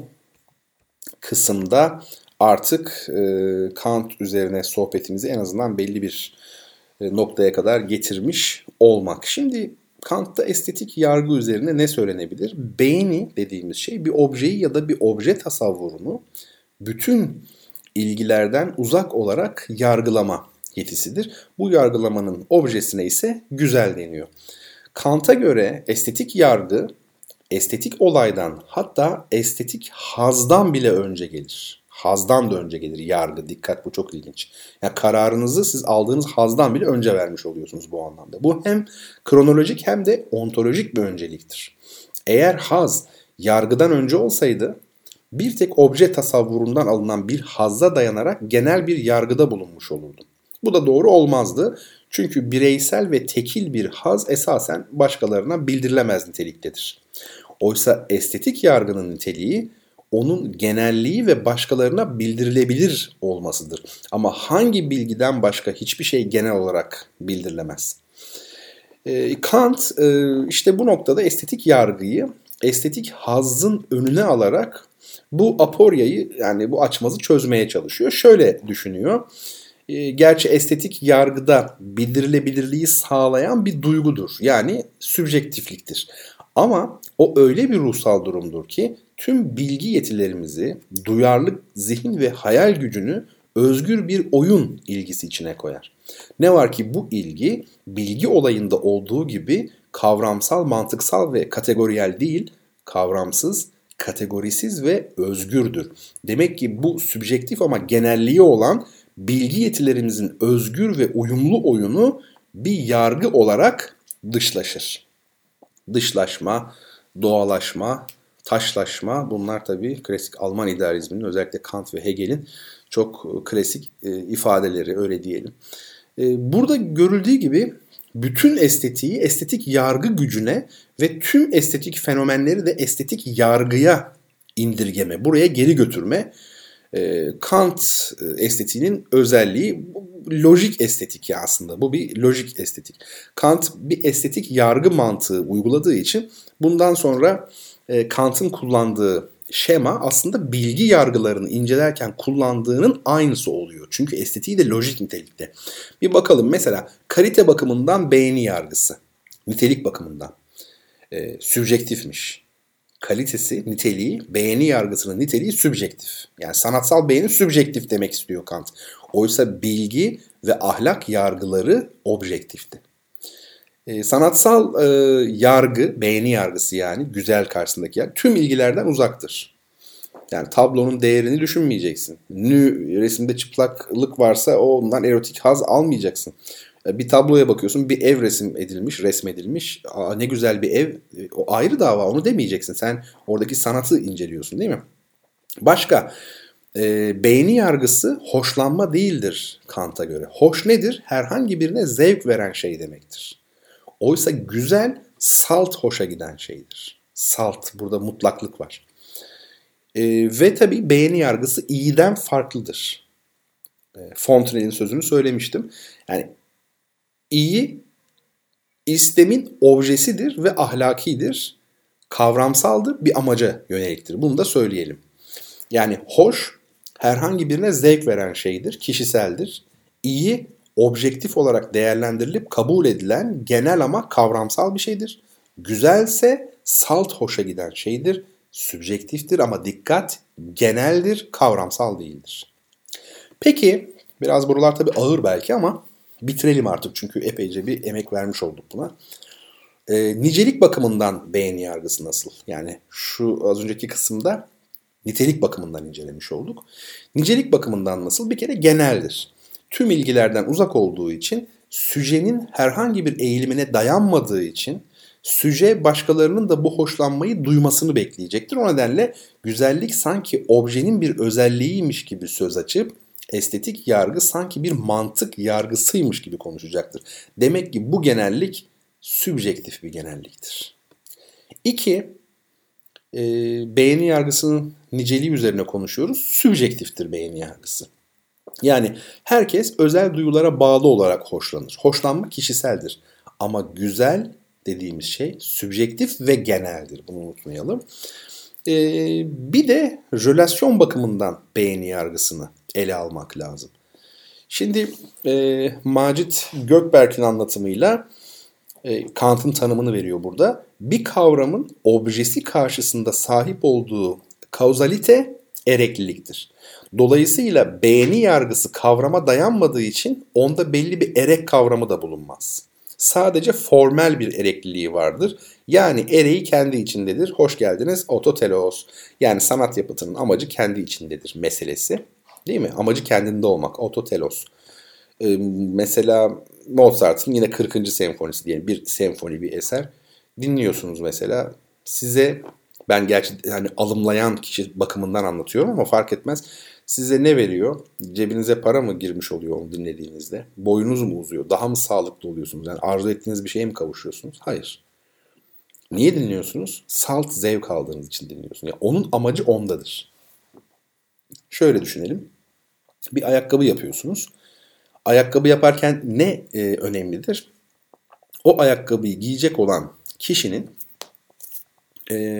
kısımda artık e, Kant üzerine sohbetimizi en azından belli bir e, noktaya kadar getirmiş olmak. Şimdi Kant'ta estetik yargı üzerine ne söylenebilir? Beğeni dediğimiz şey bir objeyi ya da bir obje tasavvurunu bütün ilgilerden uzak olarak yargılama yetisidir. Bu yargılamanın objesine ise güzel deniyor. Kant'a göre estetik yargı estetik olaydan hatta estetik hazdan bile önce gelir. Hazdan da önce gelir yargı. Dikkat, bu çok ilginç. Yani kararınızı siz aldığınız hazdan bile önce vermiş oluyorsunuz bu anlamda. Bu hem kronolojik hem de ontolojik bir önceliktir. Eğer haz yargıdan önce olsaydı bir tek obje tasavvurundan alınan bir hazza dayanarak genel bir yargıda bulunmuş olurdu. Bu da doğru olmazdı. Çünkü bireysel ve tekil bir haz esasen başkalarına bildirilemez niteliktedir. Oysa estetik yargının niteliği onun genelliği ve başkalarına bildirilebilir olmasıdır. Ama hangi bilgiden başka hiçbir şey genel olarak bildirilemez. E, Kant e, işte bu noktada estetik yargıyı estetik hazzın önüne alarak bu aporyayı, yani bu açmazı çözmeye çalışıyor. Şöyle düşünüyor. E, gerçi estetik yargıda bildirilebilirliği sağlayan bir duygudur. Yani sübjektifliktir. Ama o öyle bir ruhsal durumdur ki tüm bilgi yetilerimizi, duyarlılık, zihin ve hayal gücünü özgür bir oyun ilgisi içine koyar. Ne var ki bu ilgi bilgi olayında olduğu gibi kavramsal, mantıksal ve kategoriyel değil, kavramsız, kategorisiz ve özgürdür. Demek ki bu sübjektif ama genelliği olan bilgi yetilerimizin özgür ve uyumlu oyunu bir yargı olarak dışlaşır. Dışlaşma, doğalaşma, taşlaşma, bunlar tabii klasik Alman idealizminin, özellikle Kant ve Hegel'in çok klasik e, ifadeleri, öyle diyelim. E, burada görüldüğü gibi bütün estetiği estetik yargı gücüne ve tüm estetik fenomenleri de estetik yargıya indirgeme, buraya geri götürme e, Kant estetiğinin özelliği. Lojik estetik ya aslında. Bu bir lojik estetik. Kant bir estetik yargı mantığı uyguladığı için bundan sonra e, Kant'ın kullandığı şema aslında bilgi yargılarını incelerken kullandığının aynısı oluyor. Çünkü estetiği de lojik nitelikte. Bir bakalım mesela kalite bakımından beğeni yargısı. Nitelik bakımından. E, sübjektifmiş. Kalitesi, niteliği, beğeni yargısının niteliği sübjektif. Yani sanatsal beğeni sübjektif demek istiyor Kant. Oysa bilgi ve ahlak yargıları objektifti. E, sanatsal e, yargı, beğeni yargısı yani güzel karşısındaki yer, tüm ilgilerden uzaktır. Yani tablonun değerini düşünmeyeceksin. Nü resimde çıplaklık varsa ondan erotik haz almayacaksın. Bir tabloya bakıyorsun, bir ev resim edilmiş, resmedilmiş. Aa, ne güzel bir ev. O ayrı dava, onu demeyeceksin. Sen oradaki sanatı inceliyorsun, değil mi? Başka, e, beğeni yargısı hoşlanma değildir Kant'a göre. Hoş nedir? Herhangi birine zevk veren şey demektir. Oysa güzel, salt hoşa giden şeydir. Salt, burada mutlaklık var. E, ve tabii beğeni yargısı iyiden farklıdır. E, Fontaine'in sözünü söylemiştim. Yani İyi, istemin objesidir ve ahlakidir. kavramsaldır, bir amaca yöneliktir. Bunu da söyleyelim. Yani hoş herhangi birine zevk veren şeydir, kişiseldir. İyi, objektif olarak değerlendirilip kabul edilen genel ama kavramsal bir şeydir. Güzelse salt hoşa giden şeydir, sübjektiftir ama dikkat, geneldir, kavramsal değildir. Peki, biraz buralar tabii ağır belki ama bitirelim artık çünkü epeyce bir emek vermiş olduk buna. E, nicelik bakımından beğeni yargısı nasıl? Yani şu az önceki kısımda nitelik bakımından incelemiş olduk. Nicelik bakımından nasıl? Bir kere geneldir. Tüm ilgilerden uzak olduğu için, süjenin herhangi bir eğilimine dayanmadığı için, süje başkalarının da bu hoşlanmayı duymasını bekleyecektir. O nedenle güzellik sanki objenin bir özelliğiymiş gibi söz açıp, estetik yargı sanki bir mantık yargısıymış gibi konuşacaktır. Demek ki bu genellik sübjektif bir genelliktir. İki, e, beğeni yargısının niceliği üzerine konuşuyoruz. Sübjektiftir beğeni yargısı. Yani herkes özel duygulara bağlı olarak hoşlanır. Hoşlanma kişiseldir. Ama güzel dediğimiz şey sübjektif ve geneldir. Bunu unutmayalım. E, bir de relasyon bakımından beğeni yargısını ele almak lazım. Şimdi e, Macit Gökberk'in anlatımıyla e, Kant'ın tanımını veriyor burada. Bir kavramın objesi karşısında sahip olduğu kauzalite erekliliktir. Dolayısıyla beğeni yargısı kavrama dayanmadığı için onda belli bir erek kavramı da bulunmaz. Sadece formel bir erekliliği vardır. Yani ereği kendi içindedir. Hoş geldiniz ototelos. Yani sanat yapıtının amacı kendi içindedir meselesi. Değil mi? Amacı kendinde olmak. Ototelos. Ee, mesela Mozart'ın yine kırkıncı senfonisi diyelim. Bir senfoni, bir eser. Dinliyorsunuz mesela. Size, ben gerçi hani alımlayan kişi bakımından anlatıyorum ama fark etmez. Size ne veriyor? Cebinize para mı girmiş oluyor onu dinlediğinizde? Boyunuz mu uzuyor? Daha mı sağlıklı oluyorsunuz? Yani arzu ettiğiniz bir şeye mi kavuşuyorsunuz? Hayır. Niye dinliyorsunuz? Salt zevk aldığınız için dinliyorsunuz. Yani onun amacı ondadır. Şöyle düşünelim. Bir ayakkabı yapıyorsunuz. Ayakkabı yaparken ne e, önemlidir? O ayakkabıyı giyecek olan kişinin e,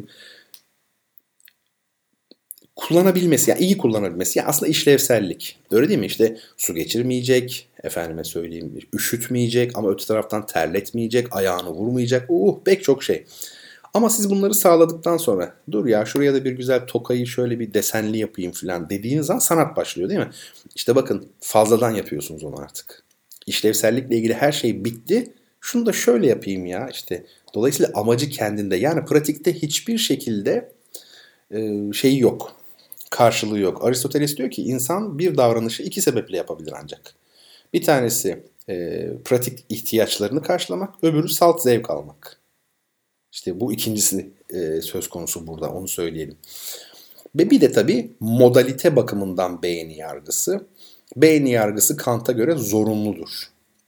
kullanabilmesi, yani iyi kullanabilmesi, yani aslında işlevsellik. Öyle değil mi? İşte su geçirmeyecek, efendime söyleyeyim, üşütmeyecek ama öte taraftan terletmeyecek, ayağını vurmayacak. Uh, pek çok şey. Ama siz bunları sağladıktan sonra dur ya şuraya da bir güzel tokayı şöyle bir desenli yapayım falan dediğiniz zaman sanat başlıyor değil mi? İşte bakın fazladan yapıyorsunuz onu artık. İşlevsellikle ilgili her şey bitti. Şunu da şöyle yapayım ya işte. Dolayısıyla amacı kendinde. Yani pratikte hiçbir şekilde e, şeyi yok. Karşılığı yok. Aristoteles diyor ki insan bir davranışı iki sebeple yapabilir ancak. Bir tanesi e, pratik ihtiyaçlarını karşılamak, öbürü salt zevk almak. İşte bu ikincisi e, söz konusu burada, onu söyleyelim. Ve bir de tabii modalite bakımından beğeni yargısı. Beğeni yargısı Kant'a göre zorunludur.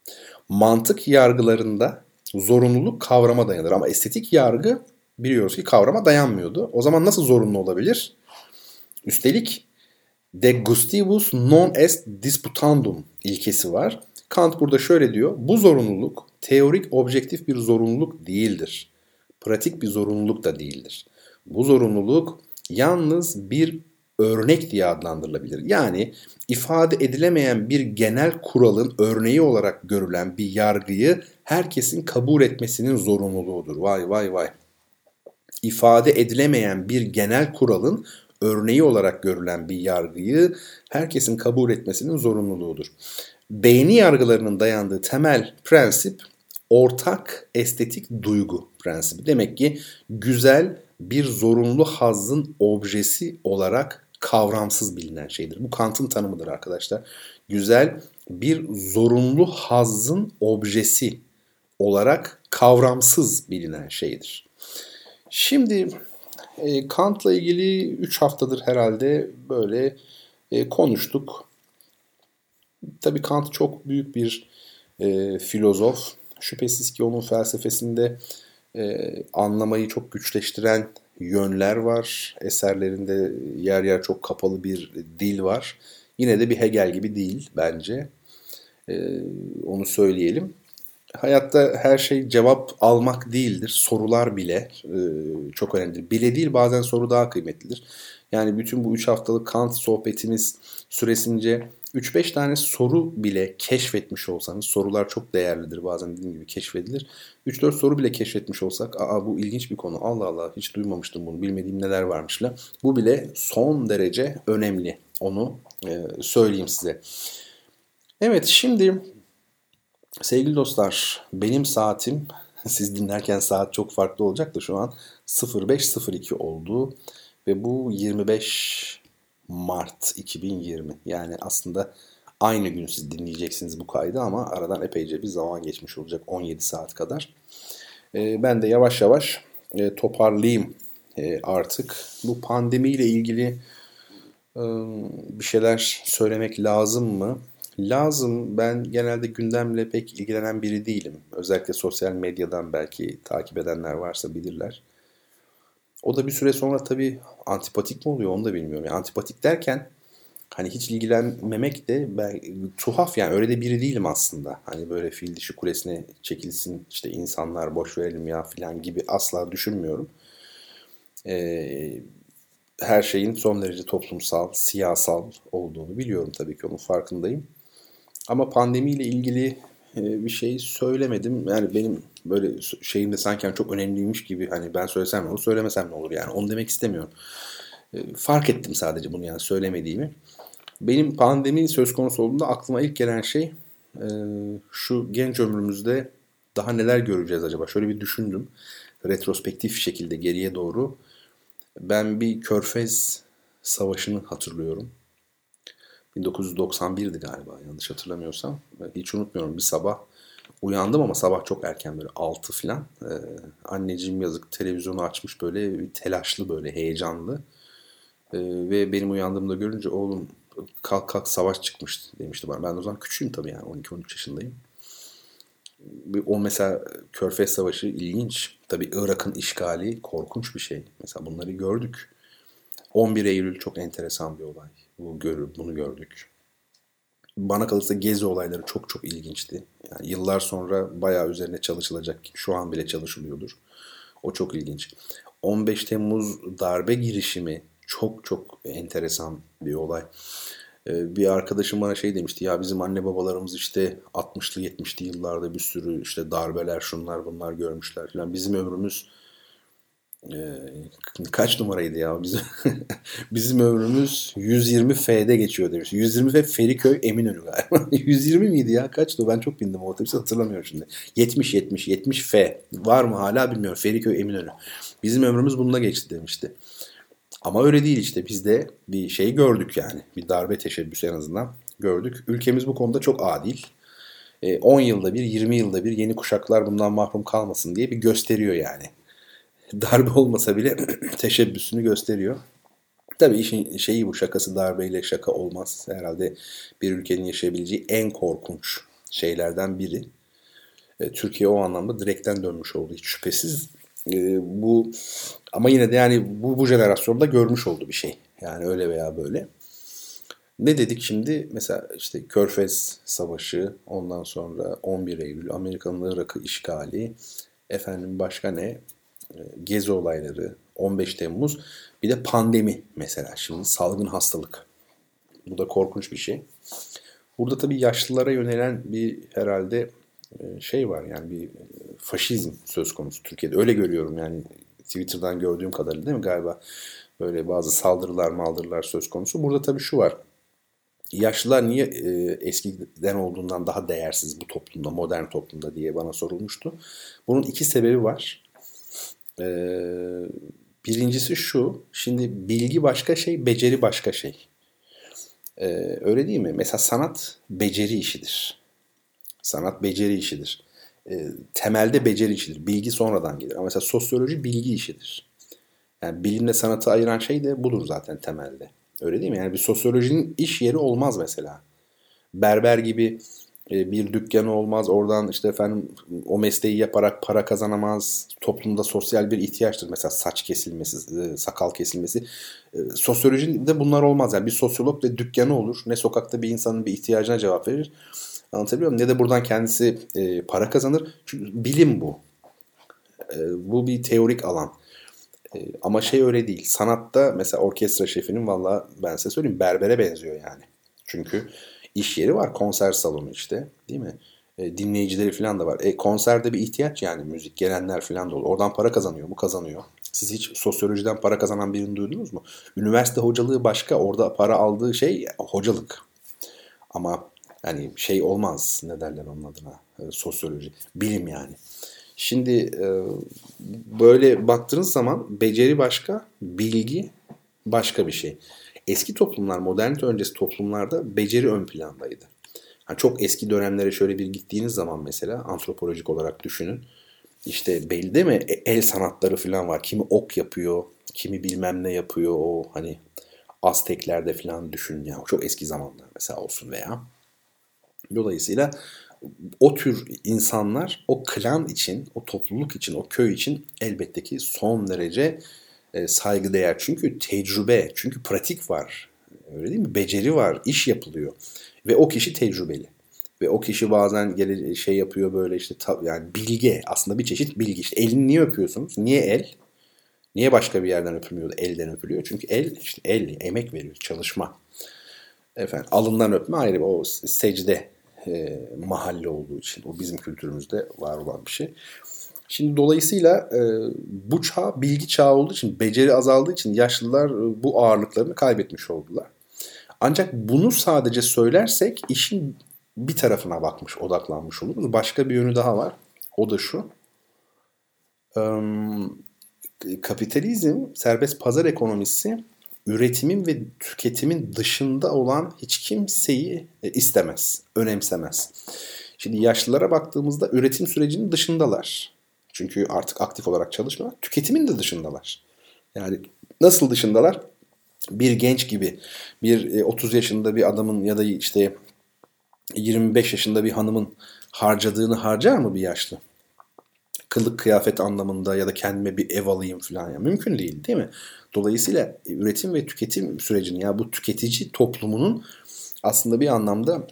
Mantık yargılarında zorunluluk kavrama dayanır ama estetik yargı biliyoruz ki kavrama dayanmıyordu. O zaman nasıl zorunlu olabilir? Üstelik de gustibus non est disputandum ilkesi var. Kant burada şöyle diyor. Bu zorunluluk teorik objektif bir zorunluluk değildir. Pratik bir zorunluluk da değildir. Bu zorunluluk yalnız bir örnek diye adlandırılabilir. Yani ifade edilemeyen bir genel kuralın örneği olarak görülen bir yargıyı herkesin kabul etmesinin zorunluluğudur. Vay vay vay. İfade edilemeyen bir genel kuralın örneği olarak görülen bir yargıyı herkesin kabul etmesinin zorunluluğudur. Beğeni yargılarının dayandığı temel prensip ortak estetik duygu prensibi. Demek ki güzel bir zorunlu hazzın objesi olarak kavramsız bilinen şeydir. Bu Kant'ın tanımıdır arkadaşlar. Güzel bir zorunlu hazzın objesi olarak kavramsız bilinen şeydir. Şimdi e, Kant'la ilgili üç haftadır herhalde böyle e, konuştuk. Tabii Kant çok büyük bir e, filozof. Şüphesiz ki onun felsefesinde e, anlamayı çok güçleştiren yönler var. Eserlerinde yer yer çok kapalı bir dil var. Yine de bir Hegel gibi değil bence. E, onu söyleyelim. hayatta her şey cevap almak değildir. Sorular bile e, çok önemlidir. Bile değil, bazen soru daha kıymetlidir. Yani bütün bu üç haftalık Kant sohbetimiz süresince üç beş tane soru bile keşfetmiş olsanız, sorular çok değerlidir, bazen dediğim gibi keşfedilir. üç dört soru bile keşfetmiş olsak, aa bu ilginç bir konu, Allah Allah hiç duymamıştım bunu, bilmediğim neler varmışla. Bu bile son derece önemli, onu e, söyleyeyim size. Evet, şimdi sevgili dostlar, benim saatim, siz dinlerken saat çok farklı olacak da şu an sıfır beş sıfır iki oldu ve bu yirmi beş Mart iki bin yirmi. Yani aslında aynı gün siz dinleyeceksiniz bu kaydı ama aradan epeyce bir zaman geçmiş olacak, on yedi saat kadar. Ee, ben de yavaş yavaş e, toparlayayım e, artık. Bu pandemiyle ilgili e, bir şeyler söylemek lazım mı? Lazım. Ben genelde gündemle pek ilgilenen biri değilim. Özellikle sosyal medyadan belki takip edenler varsa bilirler. O da bir süre sonra tabii antipatik mi oluyor onu da bilmiyorum. Yani antipatik derken hani hiç ilgilenmemek de ben, tuhaf yani, öyle de biri değilim aslında. Hani böyle fil dişi kulesine çekilsin işte insanlar, boş verelim ya falan gibi asla düşünmüyorum. Ee, her şeyin son derece toplumsal, siyasal olduğunu biliyorum, tabii ki onun farkındayım. Ama pandemiyle ilgili e, bir şey söylemedim. Yani benim böyle şeyim de sanki hani çok önemliymiş gibi, hani ben söylesem ne olur, söylemesem ne olur, yani onu demek istemiyorum. E, fark ettim sadece bunu, yani söylemediğimi. Benim pandemi söz konusu olduğunda aklıma ilk gelen şey e, şu genç ömrümüzde daha neler göreceğiz acaba? Şöyle bir düşündüm. Retrospektif şekilde geriye doğru. Ben bir Körfez Savaşı'nı hatırlıyorum. bin dokuz yüz doksan birdi galiba, yanlış hatırlamıyorsam. Hiç unutmuyorum, bir sabah uyandım ama sabah çok erken, böyle altı falan. Ee, anneciğim yazık televizyonu açmış, böyle bir telaşlı, böyle heyecanlı. Ee, ve benim uyandığımda görünce oğlum kalk kalk savaş çıkmış demişti bana. Ben de o zaman küçüğüm tabii, yani on iki on üç yaşındayım. O mesela Körfez Savaşı ilginç. Tabii Irak'ın işgali korkunç bir şey. Mesela bunları gördük. on bir Eylül çok enteresan bir olay. Bu görür, bunu gördük. Bana kalırsa Gezi olayları çok çok ilginçti. Yani yıllar sonra bayağı üzerine çalışılacak. Şu an bile çalışılıyordur. O çok ilginç. on beş Temmuz darbe girişimi çok çok enteresan bir olay. Ee, bir arkadaşım bana şey demişti, ya bizim anne babalarımız işte altmışlı yetmişli yıllarda bir sürü işte darbeler, şunlar bunlar görmüşler falan. Bizim ömrümüz ee, kaç numaraydı ya bizim bizim ömrümüz yüz yirmi F'de geçiyor demiş. yüz yirmi F Feriköy Eminönü galiba. yüz yirmi miydi ya? Kaçtı? Ben çok bindim o otobüse, hatırlamıyorum şimdi. yetmiş yetmiş yetmiş F var mı hala bilmiyorum. Feriköy Eminönü. Bizim ömrümüz bununla geçti demişti. Ama öyle değil işte. Biz de bir şey gördük yani. Bir darbe teşebbüsü en azından gördük. Ülkemiz bu konuda çok adil. on yılda bir, yirmi yılda bir yeni kuşaklar bundan mahrum kalmasın diye bir gösteriyor yani. Darbe olmasa bile teşebbüsünü gösteriyor. Tabii işin şeyi bu, şakası, darbeyle şaka olmaz. Herhalde bir ülkenin yaşayabileceği en korkunç şeylerden biri. E, Türkiye o anlamda direkten dönmüş oldu hiç şüphesiz. E, bu ama yine de yani bu bu jenerasyonda görmüş oldu bir şey. Yani öyle veya böyle. Ne dedik şimdi? Mesela işte Körfez Savaşı, ondan sonra on bir Eylül, Amerika'nın Irak'ı işgali, efendim başka ne? Gezi olayları, on beş Temmuz, bir de pandemi mesela, şimdi salgın hastalık. Bu da korkunç bir şey. Burada tabii yaşlılara yönelen bir herhalde şey var, yani bir faşizm söz konusu Türkiye'de. Öyle görüyorum yani, Twitter'dan gördüğüm kadarıyla, değil mi galiba? Böyle bazı saldırılar maldırılar söz konusu. Burada tabii şu var. Yaşlılar niye e, eskiden olduğundan daha değersiz bu toplumda, modern toplumda diye bana sorulmuştu. Bunun iki sebebi var. Ee, birincisi şu, şimdi bilgi başka şey, beceri başka şey. Ee, öyle değil mi? Mesela sanat beceri işidir. Sanat beceri işidir. Ee, temelde beceri işidir. Bilgi sonradan gelir. Ama mesela sosyoloji bilgi işidir. Yani bilimle sanatı ayıran şey de budur zaten temelde. Öyle değil mi? Yani bir sosyolojinin iş yeri olmaz mesela. Berber gibi e, bir dükkanı olmaz. Oradan işte efendim o mesleği yaparak para kazanamaz. Toplumda sosyal bir ihtiyaçtır. Mesela saç kesilmesi, e, sakal kesilmesi. E, sosyolojide bunlar olmaz. Yani bir sosyolog da dükkanı olur. Ne sokakta bir insanın bir ihtiyacına cevap verir. Anlatabiliyor muyum? Ne de buradan kendisi e, para kazanır. Çünkü bilim bu. E, bu bir teorik alan. E, ama şey öyle değil. Sanatta mesela orkestra şefinin valla ben size söyleyeyim berbere benziyor yani. Çünkü iş yeri var. Konser salonu işte. Değil mi? E, dinleyicileri falan da var. E, konserde bir ihtiyaç yani. Müzik gelenler falan da olur. Oradan para kazanıyor mu? Kazanıyor. Siz hiç sosyolojiden para kazanan birini duydunuz mu? Üniversite hocalığı başka. Orada para aldığı şey hocalık. Ama hani şey olmaz. Ne derler onun adına? E, sosyoloji. Bilim yani. Şimdi e, böyle baktığınız zaman beceri başka, bilgi başka bir şey. Eski toplumlar, modernite öncesi toplumlarda beceri ön plandaydı. Yani çok eski dönemlere şöyle bir gittiğiniz zaman mesela antropolojik olarak düşünün. İşte belli değil mi? E, El sanatları falan var. Kimi ok yapıyor, kimi bilmem ne yapıyor. O hani Azteklerde falan düşünün ya. Çok eski zamanlar mesela olsun veya. Dolayısıyla o tür insanlar o klan için, o topluluk için, o köy için elbette ki son derece e, saygıdeğer. Çünkü tecrübe, çünkü pratik var. Öyle değil mi? Beceri var, iş yapılıyor. Ve o kişi tecrübeli. Ve o kişi bazen gele, şey yapıyor böyle işte yani bilge, aslında bir çeşit bilgi. İşte elini niye öpüyorsunuz? Niye el? Niye başka bir yerden öpülmüyor da elden öpülüyor? Çünkü el, işte el, emek veriyor, çalışma. Efendim, alından öpme ayrı, o secde e, mahalle olduğu için. O bizim kültürümüzde var olan bir şey. Şimdi dolayısıyla e, bu çağ bilgi çağı olduğu için, beceri azaldığı için yaşlılar e, bu ağırlıklarını kaybetmiş oldular. Ancak bunu sadece söylersek işin bir tarafına bakmış, odaklanmış oluruz. Başka bir yönü daha var. O da şu. E, kapitalizm, serbest pazar ekonomisi üretimin ve tüketimin dışında olan hiç kimseyi istemez, önemsemez. Şimdi yaşlılara baktığımızda üretim sürecinin dışındalar. Çünkü artık aktif olarak çalışmıyorlar. Tüketimin de dışındalar. Yani nasıl dışındalar? Bir genç gibi, bir otuz yaşında bir adamın ya da işte yirmi beş yaşında bir hanımın harcadığını harcar mı bir yaşlı? Kılık kıyafet anlamında ya da kendime bir ev alayım falan ya mümkün değil, değil mi? Dolayısıyla üretim ve tüketim sürecini ya bu tüketici toplumunun aslında bir anlamda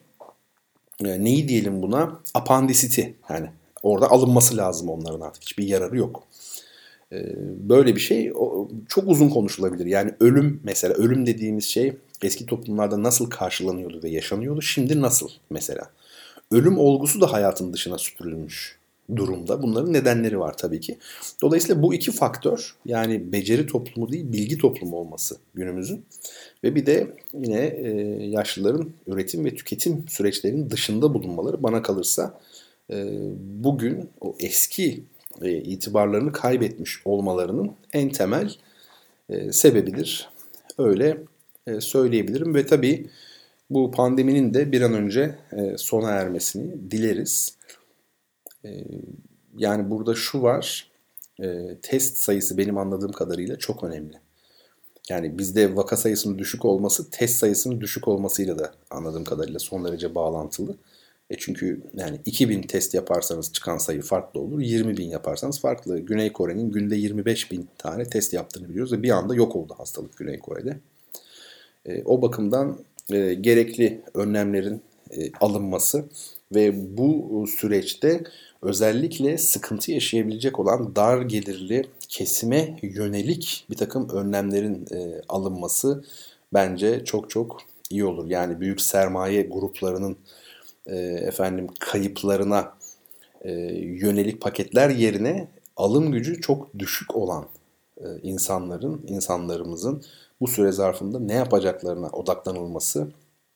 e, neyi diyelim buna? Apandisiti yani orada alınması lazım, onların artık hiçbir yararı yok. E, böyle bir şey o, çok uzun konuşulabilir. Yani ölüm mesela, ölüm dediğimiz şey eski toplumlarda nasıl karşılanıyordu ve yaşanıyordu, şimdi nasıl mesela? Ölüm olgusu da hayatın dışına süpürülmüş durumda. Bunların nedenleri var tabii ki. Dolayısıyla bu iki faktör, yani beceri toplumu değil bilgi toplumu olması günümüzün ve bir de yine e, yaşlıların üretim ve tüketim süreçlerinin dışında bulunmaları bana kalırsa e, bugün o eski e, itibarlarını kaybetmiş olmalarının en temel e, sebebidir. Öyle e, söyleyebilirim ve tabii bu pandeminin de bir an önce e, sona ermesini dileriz. E, yani burada şu var, e, test sayısı benim anladığım kadarıyla çok önemli. Yani bizde vaka sayısının düşük olması test sayısının düşük olmasıyla da anladığım kadarıyla son derece bağlantılı. E çünkü yani iki bin test yaparsanız çıkan sayı farklı olur. yirmi bin yaparsanız farklı. Güney Kore'nin günde yirmi beş bin tane test yaptığını biliyoruz ve bir anda yok oldu hastalık Güney Kore'de. E, o bakımdan e, gerekli önlemlerin e, alınması ve bu süreçte özellikle sıkıntı yaşayabilecek olan dar gelirli kesime yönelik bir takım önlemlerin e, alınması bence çok çok iyi olur. Yani büyük sermaye gruplarının e, efendim kayıplarına e, yönelik paketler yerine alım gücü çok düşük olan e, insanların, insanlarımızın bu süre zarfında ne yapacaklarına odaklanılması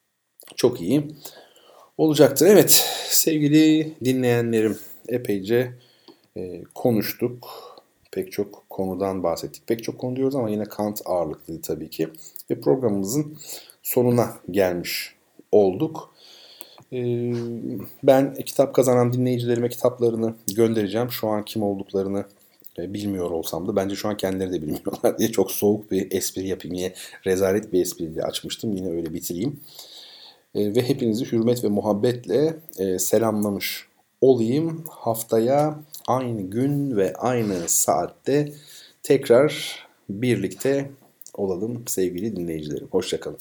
çok iyi olacaktır. Evet sevgili dinleyenlerim, epeyce e, konuştuk. Pek çok konudan bahsettik. Pek çok konu diyoruz ama yine Kant ağırlıklıydı tabii ki. Ve programımızın sonuna gelmiş olduk. E, ben kitap kazanan dinleyicilerime kitaplarını göndereceğim. Şu an kim olduklarını e, bilmiyor olsam da bence şu an kendileri de bilmiyorlar diye çok soğuk bir espri yapayım. Yine rezalet bir espriyle açmıştım. Yine öyle bitireyim. e, ve hepinizi hürmet ve muhabbetle e, selamlamış olayım. Haftaya aynı gün ve aynı saatte tekrar birlikte olalım sevgili dinleyicilerim. Hoşça kalın.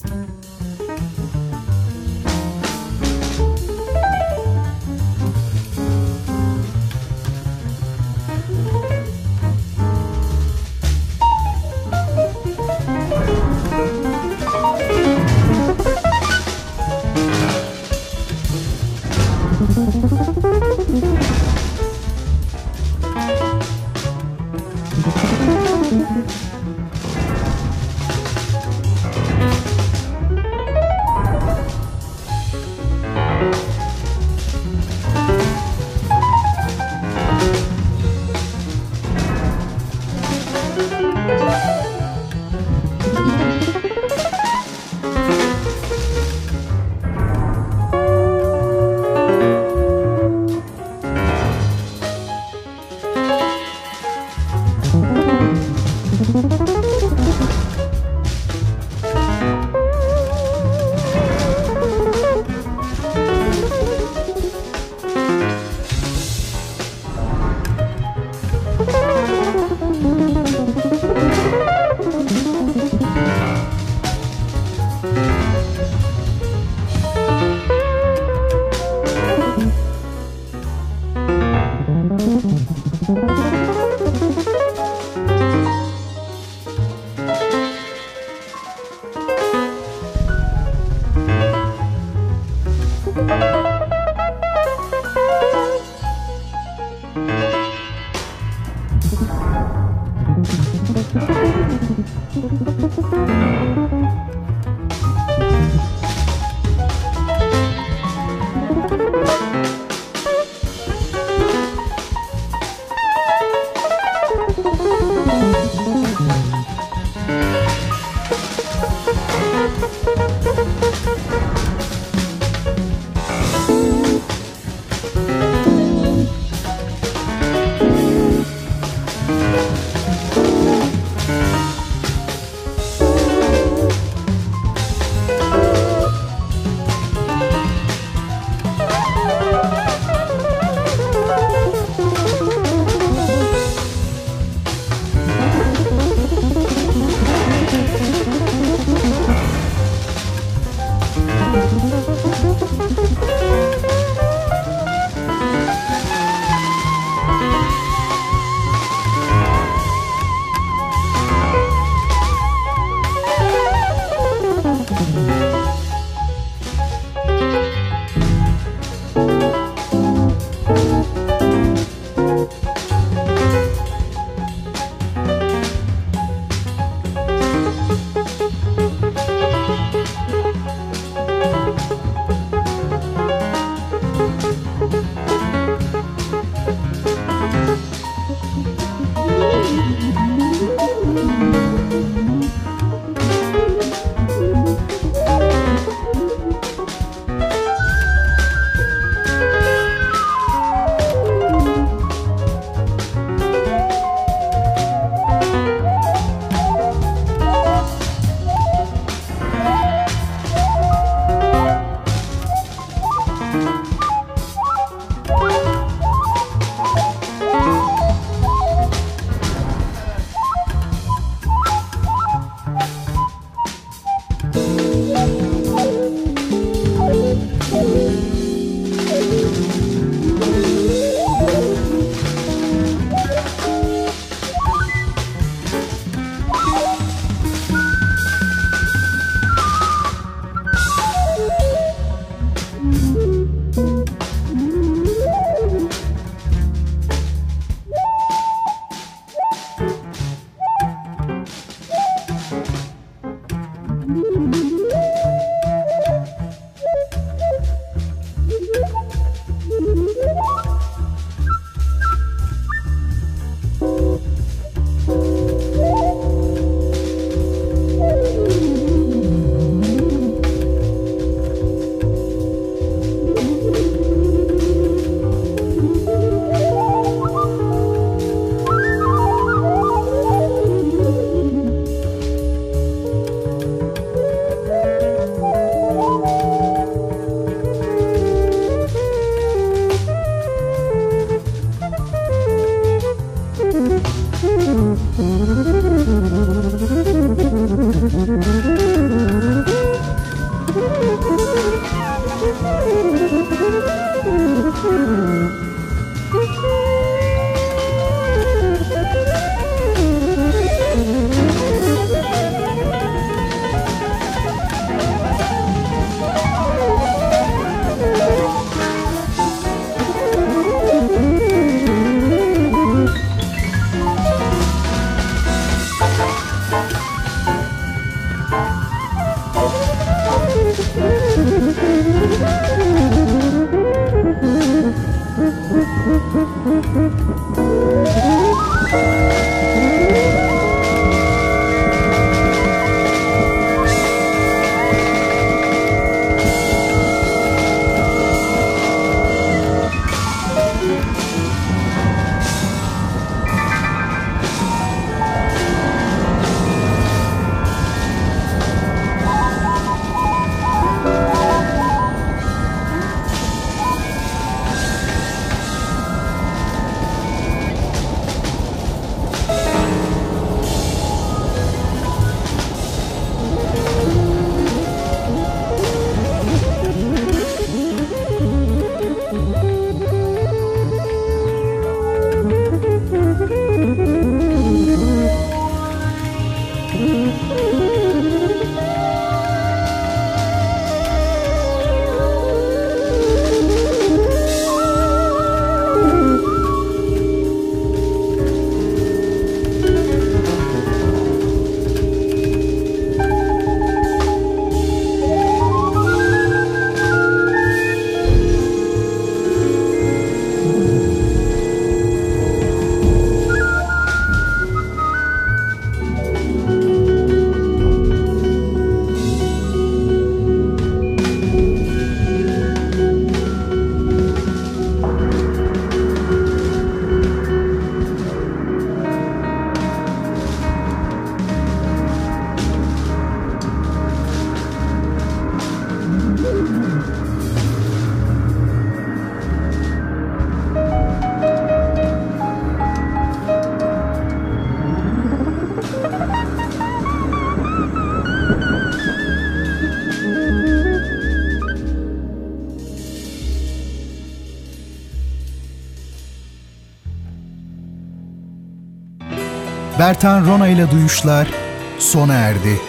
Bertan Rona ile Duyuşlar sona erdi.